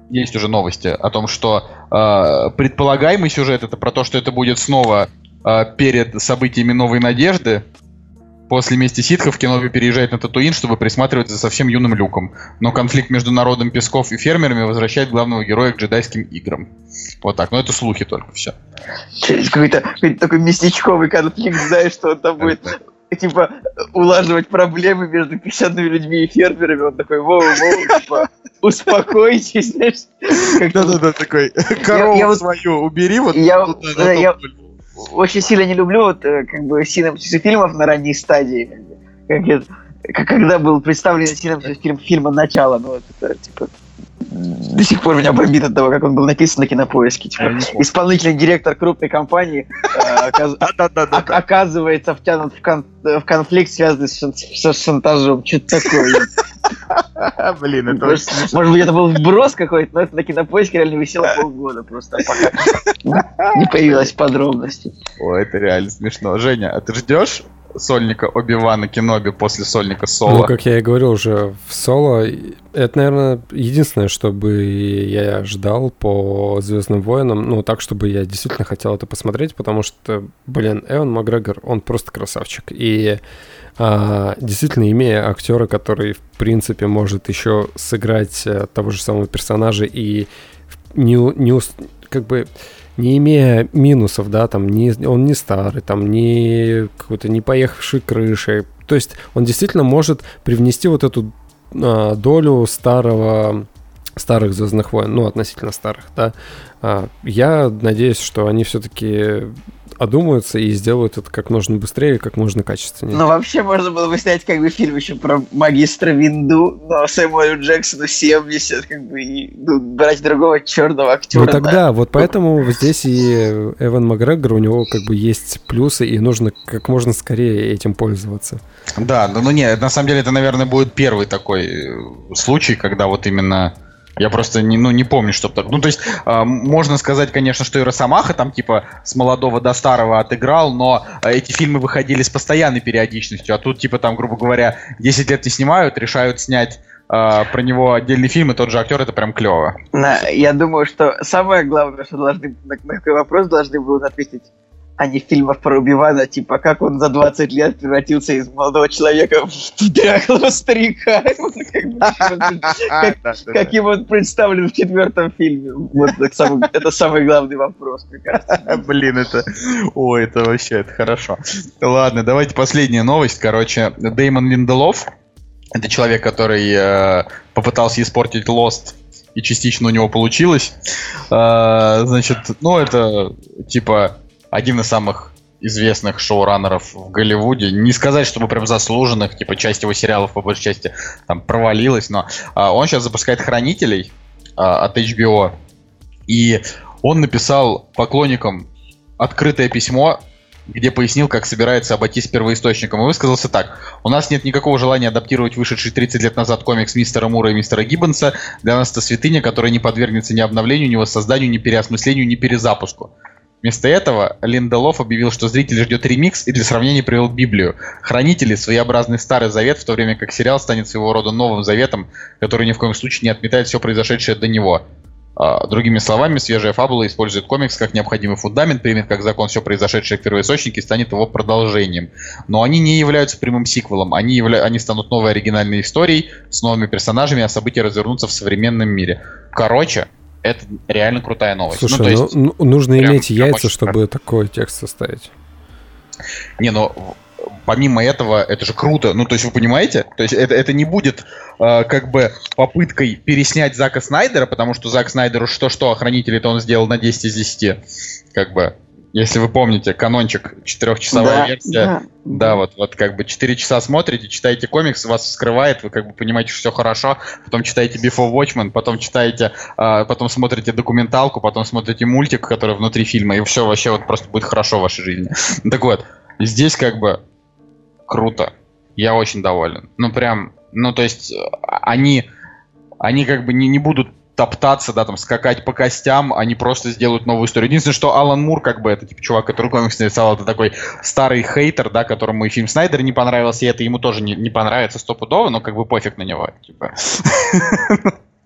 есть уже новости о том, что э, предполагаемый сюжет это про то, что это будет снова э, перед событиями Новой Надежды. После мести ситхов Кеноби переезжает на Татуин, чтобы присматривать за совсем юным Люком. Но конфликт между народом песков и фермерами возвращает главного героя к джедайским играм. Вот так. Но это слухи только, все. Какой-то, какой-то такой местечковый конфликт, знаешь, что он там будет, типа, улаживать проблемы между песчаными людьми и фермерами. Он такой, воу-воу, типа, успокойтесь, знаешь. Да-да-да, такой, корову свою убери. Вот я очень сильно не люблю вот как бы синопсисы фильмов на ранней стадии, как, как, как когда был представлен синопсис фильм, фильма «Начало», ну вот это типа до сих пор меня бомбит от того, как он был написан на Кинопоиске. Типа, исполнительный директор крупной компании оказывается втянут в конфликт, связанный с шантажом. Что-то такое. Блин, это очень смешно. Может быть, это был вброс какой-то, но это на Кинопоиске реально висело полгода просто, пока не появилась подробности. Ой, это реально смешно. Женя, а ты ждешь сольника Оби-Вана Кеноби после сольника Соло? Ну, как я и говорил уже, в Соло это, наверное, единственное, что бы я ждал по «Звездным войнам», ну, так, чтобы я действительно хотел это посмотреть, потому что, блин, Эван Макгрегор, он просто красавчик. И а, действительно, имея актера, который, в принципе, может еще сыграть того же самого персонажа и не, не как бы... не имея минусов, да, там, не, он не старый, там, не какой-то не поехавший крышей. То есть он действительно может привнести вот эту а, долю старого, старых «Звездных войн», ну, относительно старых, да. А, я надеюсь, что они все-таки одумаются и сделают это как можно быстрее, как можно качественнее. Ну, вообще, можно было бы снять как бы фильм еще про магистра Винду, но Сэмюэлю Джексону семьдесят, как бы, и ну, брать другого черного актера. Ну, тогда, да. Вот поэтому здесь и Эван Макгрегор, у него как бы есть плюсы, и нужно как можно скорее этим пользоваться. Да, ну, ну нет, на самом деле это, наверное, будет первый такой случай, когда вот именно... Я просто не, ну, не помню, чтобы так... Ну, то есть, э, можно сказать, конечно, что и Росомаха там, типа, с молодого до старого отыграл, но э, эти фильмы выходили с постоянной периодичностью, а тут, типа, там, грубо говоря, десять лет не снимают, решают снять э, про него отдельный фильм, и тот же актер, это прям клево. Я думаю, что самое главное, что должны, на, на какой вопрос должны будут ответить, а не фильмов про Оби-Вана, типа, как он за двадцать лет превратился из молодого человека в дряхлого старика. Каким он представлен в четвертом фильме. Вот это самый главный вопрос, мне кажется. Блин, это... Ой, это вообще, это хорошо. Ладно, давайте последняя новость. Короче, Дэймон Линделов, это человек, который попытался испортить Lost, и частично у него получилось. Значит, ну, это, типа... один из самых известных шоураннеров в Голливуде. Не сказать, чтобы прям заслуженных, типа часть его сериалов по большей части там провалилась, но а, он сейчас запускает «Хранителей» а, от эйч би о, и он написал поклонникам открытое письмо, где пояснил, как собирается обойтись первоисточником, и высказался так: у нас нет никакого желания адаптировать вышедший тридцать лет назад комикс мистера Мура и мистера Гиббонса. Для нас это святыня, которая не подвергнется ни обновлению, ни воссозданию, ни переосмыслению, ни перезапуску. Вместо этого Линделов объявил, что зрителей ждет ремикс, и для сравнения привел Библию. «Хранители» — своеобразный Старый Завет, в то время как сериал станет своего рода Новым Заветом, который ни в коем случае не отметает все произошедшее до него. А, другими словами, свежая фабула использует комикс как необходимый фундамент, примет как закон все произошедшее в первоисточнике и станет его продолжением. Но они не являются прямым сиквелом, они, явля... они станут новой оригинальной историей с новыми персонажами, а события развернутся в современном мире. Короче, это реально крутая новость. Слушай, ну, то есть, ну, нужно иметь яйца, чтобы хорошо. Такой текст составить. Не, ну, помимо этого, это же круто. Ну, то есть, вы понимаете? То есть, это, это не будет э, как бы попыткой переснять Зака Снайдера, потому что Зак Снайдеру что-что, Хранители-то он сделал на десять из десяти. Как бы, если вы помните, канончик, четырехчасовая да, версия. Да, да, вот, вот как бы четыре часа смотрите, читаете комикс, вас вскрывает, вы как бы понимаете, что все хорошо, потом читаете Before Watchmen, потом читаете, э, потом смотрите документалку, потом смотрите мультик, который внутри фильма, и все вообще вот просто будет хорошо в вашей жизни. Так вот, здесь как бы круто. Я очень доволен. Ну прям, ну то есть они, они как бы не, не будут топтаться, да, там, скакать по костям, они просто сделают новую историю. Единственное, что Алан Мур, как бы, это типа чувак, который комикс нарисовал, это такой старый хейтер, да, которому и фильм Снайдера не понравился, и это ему тоже не, не понравится стопудово, но как бы пофиг на него, типа.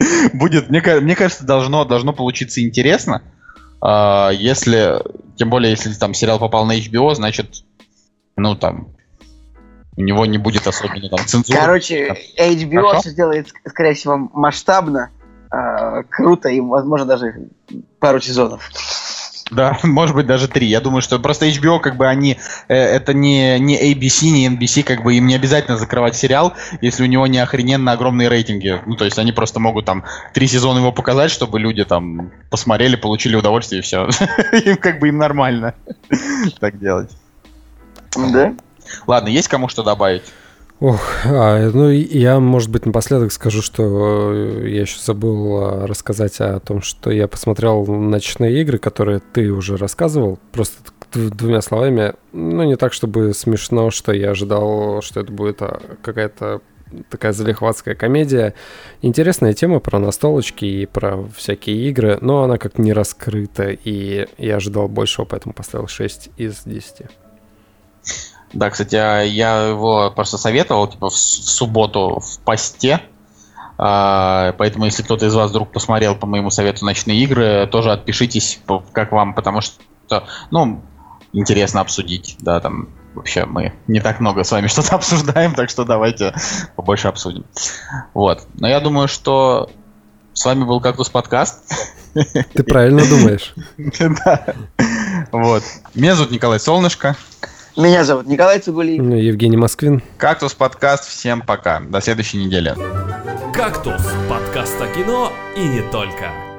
Будет, мне, ка- мне кажется, должно, должно получиться интересно. А, если, тем более, если там сериал попал на эйч би о, значит, ну там, у него не будет особенно там цензуры. Короче, эйч би о Хорошо. все сделает, скорее всего, масштабно, э, круто и, возможно, даже пару сезонов. Да, может быть, даже три. Я думаю, что просто эйч би о, как бы, они... э, это не, не эй би си, не эн би си, как бы, им не обязательно закрывать сериал, если у него не охрененно огромные рейтинги. Ну, то есть они просто могут там три сезона его показать, чтобы люди там посмотрели, получили удовольствие, и все. Им как бы им нормально так делать. Да? Ладно, есть кому что добавить? Ох, а, ну и я, может быть, напоследок скажу, что я еще забыл а, рассказать о том, что я посмотрел «Ночные игры», которые ты уже рассказывал, просто д- двумя словами. Ну, не так, чтобы смешно, что я ожидал, что это будет а, какая-то такая залихватская комедия. Интересная тема про настолочки и про всякие игры, но она как не раскрыта, и я ожидал большего, поэтому поставил шесть из десяти. Да, кстати, а я его просто советовал, типа, в, с- в субботу в посте. А, поэтому, если кто-то из вас вдруг посмотрел по моему совету «Ночные игры», тоже отпишитесь, по- как вам, потому что, ну, интересно обсудить, да, там, вообще мы не так много с вами что-то обсуждаем, так что давайте побольше обсудим. Вот. Но я думаю, что с вами был «Кактус подкаст». Ты правильно думаешь. Да. Вот. Меня зовут Николай Солнышко. Меня зовут Николай Цугулиев. Ну, Евгений Москвин. «Кактус подкаст». Всем пока. До следующей недели. «Кактус» — подкаст о кино и не только.